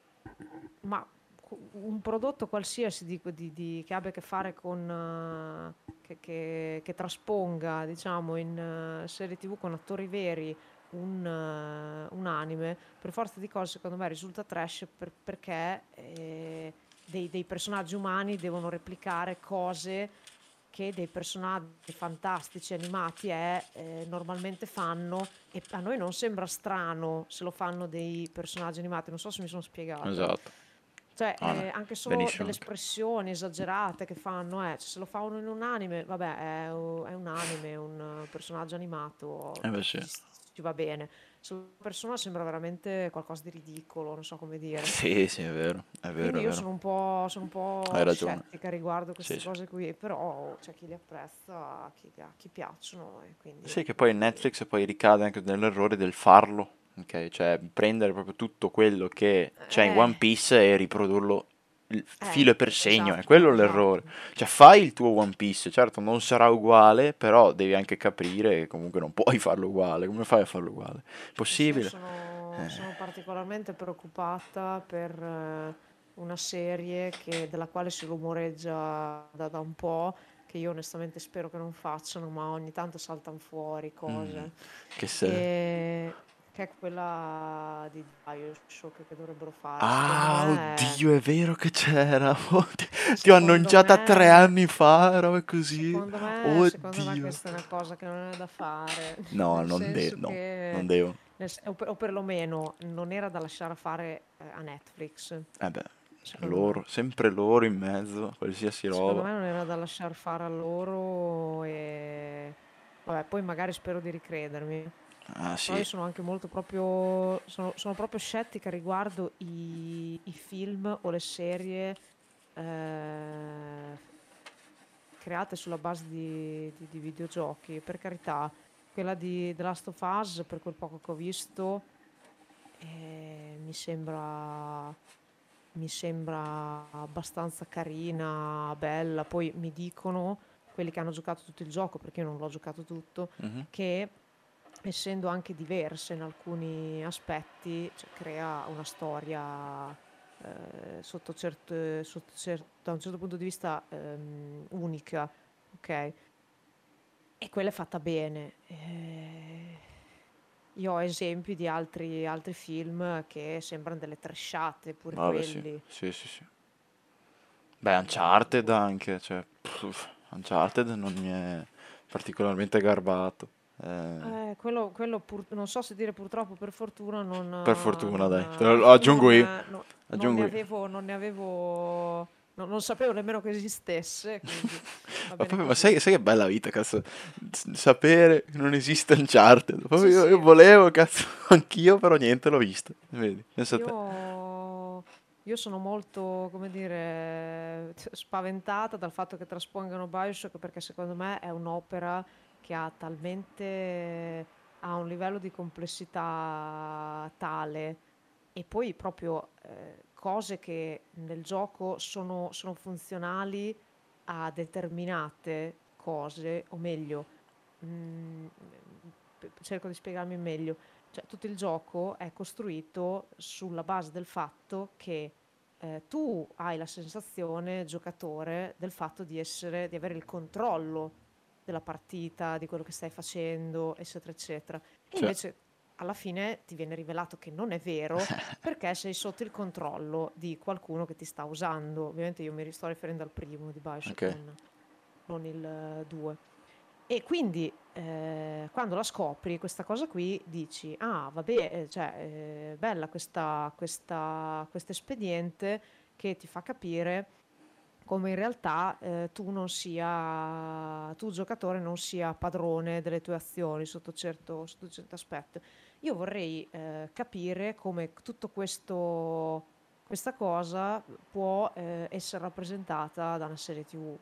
ma cu- un prodotto qualsiasi di- di- di- che abbia a che fare con, eh, che, che- che trasponga, diciamo, in eh, serie T V con attori veri un, eh, un anime, per forza di cose, secondo me risulta trash per- perché eh, dei, dei personaggi umani devono replicare cose che dei personaggi fantastici animati è, eh, normalmente fanno, e a noi non sembra strano se lo fanno dei personaggi animati, non so se mi sono spiegata. Esatto. Cioè, Ah, no. eh, anche solo Benissimo delle anche. espressioni esagerate che fanno, eh, cioè, se lo fa uno in un anime, vabbè, è, u- è un anime, è un eh, personaggio animato, Eh beh che sì. ci, ci va bene. Se una persona sembra veramente qualcosa di ridicolo, non so come dire. Sì, sì, è vero, è vero, Quindi è io vero. sono un po', sono un Hai po' ragione. scettica riguardo Sì, queste sì. cose qui, però c'è chi li apprezza, a chi, a chi piacciono e quindi, Sì, che poi quindi Netflix poi ricade anche nell'errore del farlo, ok? Cioè prendere proprio tutto quello che c'è in eh, One Piece e riprodurlo il eh, filo e per e- segno, è esatto, quello l'errore. esatto. Cioè fai il tuo One Piece, certo non sarà uguale, però devi anche capire che comunque non puoi farlo uguale. Come fai a farlo uguale? Sì, sì, io Possibile? sono, sono particolarmente preoccupata per eh, una serie che- della quale si rumoreggia da, da un po', che io onestamente spero che non facciano, ma ogni tanto saltano fuori Mm, cose. che se... E che è quella di Bioshock che dovrebbero fare. Secondo Ah, me, oddio, è vero che c'era. Oddio, ti ho secondo annunciata tre me, anni fa, roba così. secondo me, secondo me Oddio. questa è una cosa che non è da fare, No, nel non de- senso no, non che, devo. nel se- o, per- o perlomeno non era da lasciare fare eh, a Netflix, Eh beh, secondo me. loro, sempre loro in mezzo, qualsiasi Secondo roba. me non era da lasciar fare a loro e vabbè, poi magari spero di ricredermi. Ah Però io sì, sono anche molto proprio, sono, sono proprio scettica riguardo i, i film o le serie eh, create sulla base di, di- di videogiochi. Per carità, quella di The Last of Us, per quel poco che ho visto, eh, mi sembra, mi sembra abbastanza carina, bella. Poi mi dicono, quelli che hanno giocato tutto il gioco, perché io non l'ho giocato tutto, mhm, che essendo anche diverse in alcuni aspetti, cioè, crea una storia eh, sotto certe- sotto cer- da un certo punto di vista ehm, unica, ok? E quella è fatta bene. Eh, io ho esempi di altri, altri film che sembrano delle tresciate, pure vabbè sì, quelli. sì sì sì. Beh, E, Uncharted boh. anche, cioè, pff, Uncharted non mi è particolarmente garbato. Eh, Eh, quello, quello pur- non so se dire purtroppo o per fortuna, non, per eh, fortuna non, dai, te eh, lo aggiungo non, io, eh, no- non ne aggiungo io. avevo, non ne avevo, no- non sapevo nemmeno che esistesse, quindi va Ma bene proprio, ma così. sai, sai che bella vita, cazzo, S- sapere che non esiste Uncharted. Proprio Sì, io, io sì, volevo, cazzo, anch'io, però niente, l'ho visto. Vedi, pensa a te. io, io sono molto, come dire, spaventata dal fatto che traspongano BioShock perché secondo me è un'opera che ha talmente, ha un livello di complessità tale e poi proprio eh, cose che nel gioco sono, sono funzionali a determinate cose, o meglio, mm, p- cerco di spiegarmi meglio. Cioè, tutto il gioco è costruito sulla base del fatto che eh, tu hai la sensazione, giocatore, del fatto di essere, di avere il controllo della partita, di quello che stai facendo, eccetera, eccetera. E Cioè, invece alla fine ti viene rivelato che non è vero perché sei sotto il controllo di qualcuno che ti sta usando. Ovviamente io mi ri- sto riferendo al primo di Bioshock, ok. non, non il due. E quindi eh, quando la scopri questa cosa qui dici, ah, vabbè, eh, cioè, eh, bella questa, questa, questo espediente che ti fa capire come in realtà eh, tu non sia, tu giocatore non sia padrone delle tue azioni sotto certo, sotto certo aspetto. Io vorrei eh, capire come tutto questo, questa cosa può eh, essere rappresentata da una serie T V.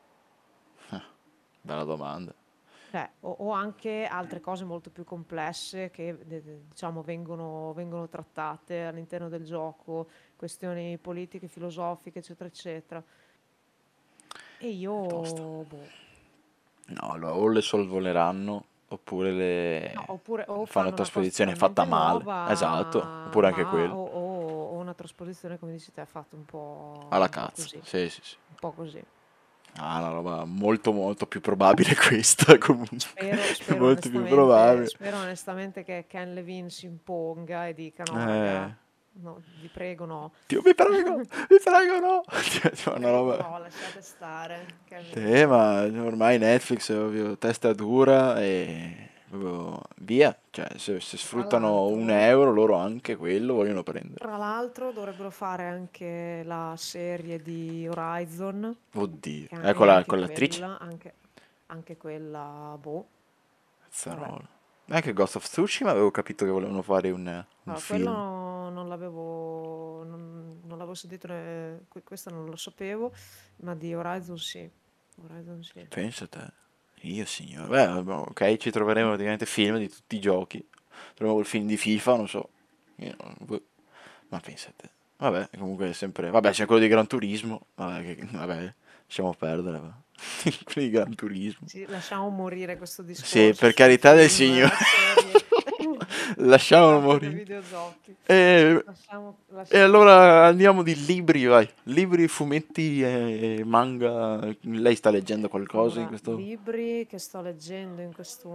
Bella domanda. Cioè, o, o anche altre cose molto più complesse che de- de- diciamo vengono, vengono trattate all'interno del gioco, questioni politiche, filosofiche, eccetera, eccetera. E io, È tosta. boh, No, allora, o le sorvoleranno, oppure No, le oppure o fanno fanno una cosa trasposizione fatta totalmente male. Esatto, nuova, oppure anche ma quello. o, o- o una trasposizione, come dici te, fatta un po', Alla un po' cazzo. così, Sì, sì, sì. un po' così. Ah, una roba molto molto più probabile questa comunque. Spero, spero Molto più onestamente, probabile. spero onestamente che Ken Levine si imponga e dica no, Eh. raga, no, vi prego no. Dio, mi prego, mi prego, no. Cioè, Vi cioè, una prego roba. no, lasciate stare, Ken Sì, Levine. ma ormai Netflix è ovvio, testa dura e proprio via. Cioè, se, se Tra sfruttano un l'altro, euro, loro anche quello vogliono prendere. tra l'altro dovrebbero fare anche la serie di Horizon, Oddio. che- e Eccola anche con l'attrice. quella, anche, anche quella, boh, vabbè. Cazzarola. Anche Ghost of Tsushima avevo capito che volevano fare un, un Allora, quello film. non l'avevo non, non l'avevo sentito, né- que- questo non lo sapevo, ma di Horizon sì. Horizon sì. Pensa te. Io signore. Beh, vabbè, ok, ci troveremo praticamente film di tutti i giochi. Troviamo il film di FIFA, non so. Io non- boh. Ma pensa te. Vabbè, comunque è sempre. Vabbè, c'è quello di Gran Turismo. Vabbè, che- vabbè, lasciamo perdere. Va. Quello di Gran Turismo. Sì, lasciamo morire questo Sì, discorso per sui carità del film, Signore. eh, serie a Lasciamolo parte dei morire. videogiochi. E, Lasciamo, e lasciamo allora perdere. andiamo di libri, vai. Libri, fumetti, e manga. Lei sta leggendo qualcosa in Allora, questo. libri che sto leggendo in questo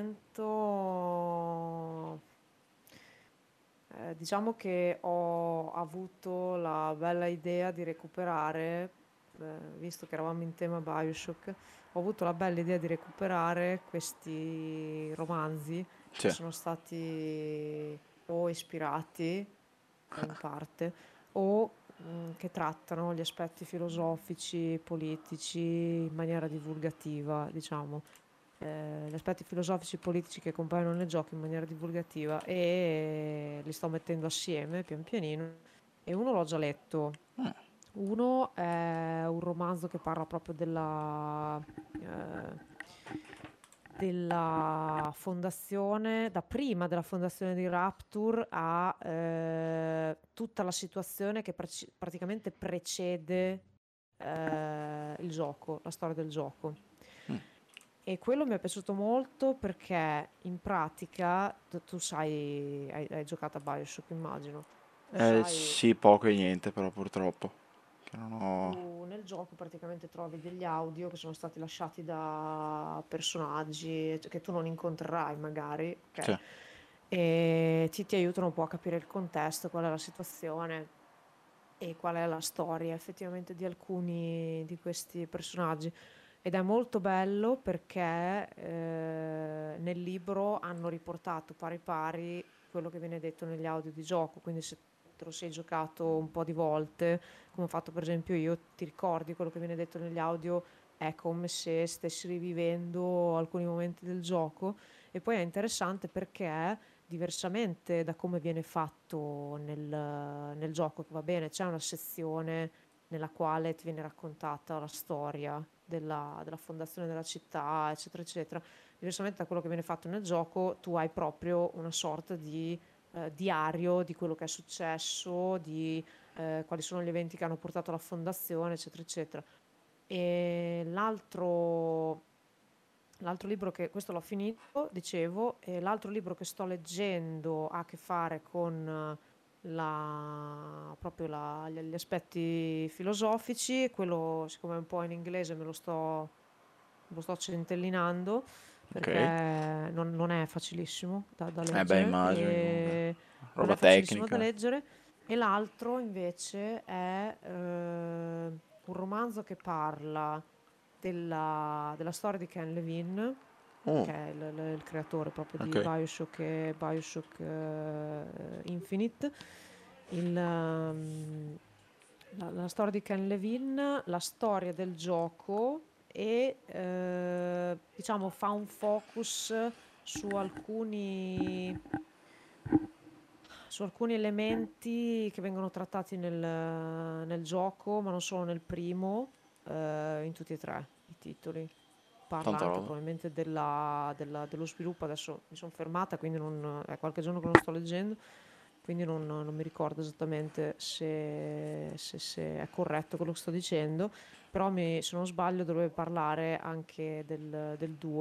momento. Eh, diciamo che ho avuto la bella idea di recuperare, eh, visto che eravamo in tema BioShock, ho avuto la bella idea di recuperare questi romanzi che Sì. sono stati o ispirati eh, in parte o mh, che trattano gli aspetti filosofici, politici in maniera divulgativa, diciamo eh, gli aspetti filosofici e politici che compaiono nel gioco in maniera divulgativa e li sto mettendo assieme pian pianino. E uno l'ho già letto. Uno è un romanzo che parla proprio della, eh, della fondazione, da prima della fondazione di Rapture a eh, tutta la situazione che praci- praticamente precede eh, il gioco, la storia del gioco. E quello mi è piaciuto molto perché in pratica tu, tu sai, hai, hai giocato a BioShock, immagino. Tu Eh sai, sì, poco e niente, però purtroppo. Che non ho. tu nel gioco praticamente trovi degli audio che sono stati lasciati da personaggi cioè, che tu non incontrerai magari, ok? Sì. E ti, ti aiutano un po' a capire il contesto, qual è la situazione e qual è la storia effettivamente di alcuni di questi personaggi. Ed è molto bello perché eh, nel libro hanno riportato pari pari quello che viene detto negli audio di gioco, quindi se te lo sei giocato un po' di volte, come ho fatto per esempio io, ti ricordi quello che viene detto negli audio, è come se stessi rivivendo alcuni momenti del gioco e poi è interessante perché diversamente da come viene fatto nel, nel gioco, che va bene, c'è una sezione nella quale ti viene raccontata la storia della, della fondazione della città, eccetera, eccetera. Diversamente da quello che viene fatto nel gioco, tu hai proprio una sorta di eh, diario di quello che è successo, di eh, quali sono gli eventi che hanno portato alla fondazione, eccetera, eccetera. E l'altro L'altro libro che, questo l'ho finito, dicevo, e l'altro libro che sto leggendo ha a che fare con eh, la, proprio la- gli gli aspetti filosofici, quello siccome è un po' in inglese me lo sto, me lo sto centellinando Ok. perché non, non è facilissimo da, da Eh beh, leggere, immagino comunque. e non Roba è facilissimo da tecnica. leggere, e l'altro invece è eh, un romanzo che parla della, della storia di Ken Levine, Oh, che è il, il- il creatore proprio ok. di BioShock e BioShock eh, Infinite. Il, ehm, la, la storia di Ken Levine, la storia del gioco e eh, diciamo fa un focus su alcuni, su alcuni elementi che vengono trattati nel, nel gioco, ma non solo nel primo, eh, in tutti e tre i titoli. Parla Tanta anche roba. probabilmente della- della- dello sviluppo. Adesso mi sono fermata, quindi non, è qualche giorno che non sto leggendo, quindi non, non mi ricordo esattamente se, se- se è corretto quello che sto dicendo, però mi- se non sbaglio dovrebbe parlare anche del, del due.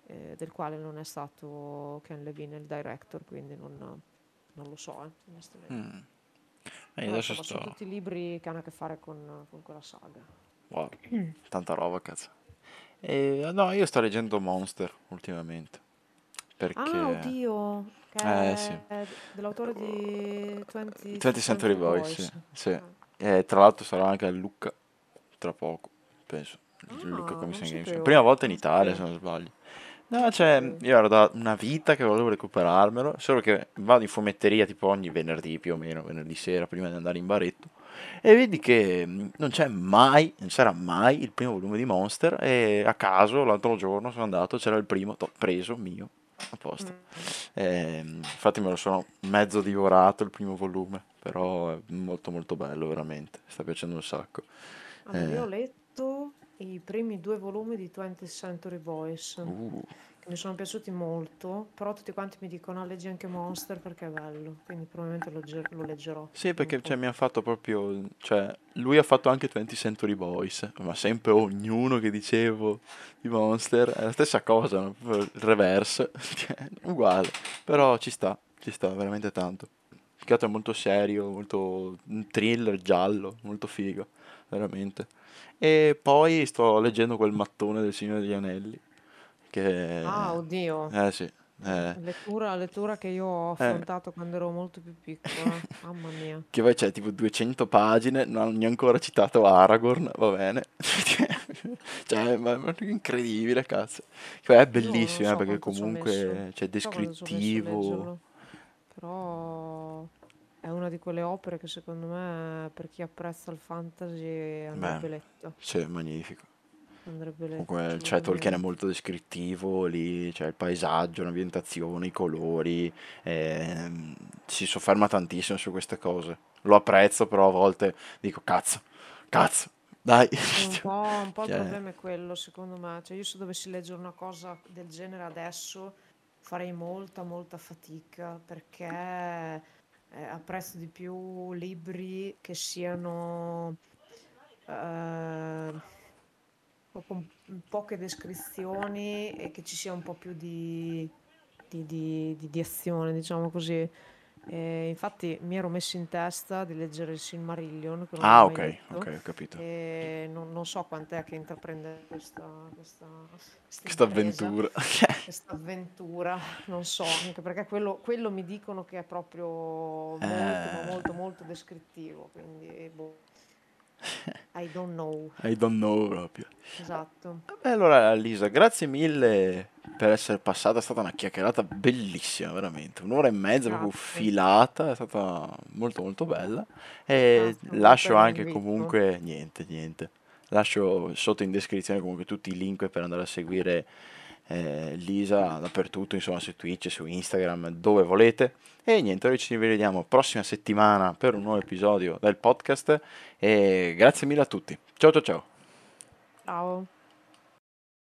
eh, del quale non è stato Ken Levine il director, quindi non, non lo so, eh, onestamente. Mm. E Però adesso insomma sono sto... tutti libri che hanno a che fare con, con quella saga. Wow, tanta roba, cazzo. E, no, io sto leggendo Monster ultimamente. Ah, Perché... oddio, che Eh sì. è dell'autore di twentieth venti Century Century Boys, sì. Boys. Sì. Ah, E tra l'altro sarà anche a Lucca tra poco, penso. Il Lucca Ah, non lo Comics and Games. sapevo, Prima volta in non Italia, sapevo, se non sbaglio. non No, lo cioè, sapevo. io ero da una vita che volevo recuperarmelo, solo che vado in fumetteria tipo ogni venerdì più o meno, venerdì sera, prima di andare in baretto, e vedi che mh, non c'è mai, non c'era mai il primo volume di Monster, e a caso l'altro giorno sono andato, c'era il primo, t'ho preso, mio, a posto. Mm. E, mh, infatti me lo sono mezzo divorato il primo volume, però è molto molto bello veramente, sta piacendo un sacco. Allora, io ho Eh, letto i primi due volumi di twentieth Century Boys, uh. che mi sono piaciuti molto, però tutti quanti mi dicono, "Ah, leggi anche Monster perché è bello", quindi probabilmente lo, legger- lo leggerò Sì, dopo un perché cioè, po'. mi ha fatto proprio, cioè, lui ha fatto anche venti Century Boys, ma sempre ognuno che dicevo di Monster è la stessa cosa, no? Proprio il reverse, cioè, uguale, però ci sta, ci sta veramente tanto. Il gatto è molto serio, molto un thriller giallo, molto figo, veramente. E poi sto leggendo quel mattone del Signore degli Anelli, che... Ah, oddio, Eh sì, eh, eh, lettura, lettura che io ho eh. affrontato quando ero molto più piccola, mamma mia. Che poi c'è tipo duecento pagine, non hanno ancora citato Aragorn, va bene. Cioè, ma, ma è incredibile, cazzo. Cioè, è Io non bellissimo, eh, so perché quanto ci ho messo, comunque c'è non so quanto ci ho messo a descrittivo. leggerlo, però è una di quelle opere che secondo me per chi apprezza il fantasy Beh, andrebbe letta, sì, è magnifico. andrebbe letta Comunque, cioè, Tolkien è assolutamente. molto descrittivo, lì c'è il paesaggio, l'ambientazione, i colori, ehm, si sofferma tantissimo su queste cose. Lo apprezzo, però a volte dico, cazzo, cazzo, dai. Sì, un po', un po' il Cioè, problema è quello, secondo me. Cioè, io se dovessi leggere una cosa del genere adesso farei molta, molta fatica perché eh, apprezzo di più libri che siano eh, po- con poche descrizioni e che ci sia un po' più di, di- di- di- di azione, diciamo così. E infatti mi ero messo in testa di leggere il Silmarillion, che non l'ho ah, mai ok, ok, letto, ho capito. e non, non so quant'è che intraprende questa, questa, questa Questa impresa, avventura. questa avventura, non so, anche perché quello, quello mi dicono che è proprio molto, ma Eh, molto, molto descrittivo, quindi boh, I don't know. I don't know proprio. Esatto. Vabbè, allora Lisa, grazie mille per essere passata, è stata una chiacchierata bellissima, veramente. Un'ora e mezza proprio Grazie, filata, è stata molto molto bella. E grazie a voi lascio per anche l'invito. comunque, niente, niente. Lascio sotto in descrizione comunque tutti i link per andare a seguire eh, Lisa dappertutto, insomma su Twitch, su Instagram, dove volete. E niente, noi ci rivediamo prossima settimana per un nuovo episodio del podcast e grazie mille a tutti. Ciao ciao ciao. Ciao.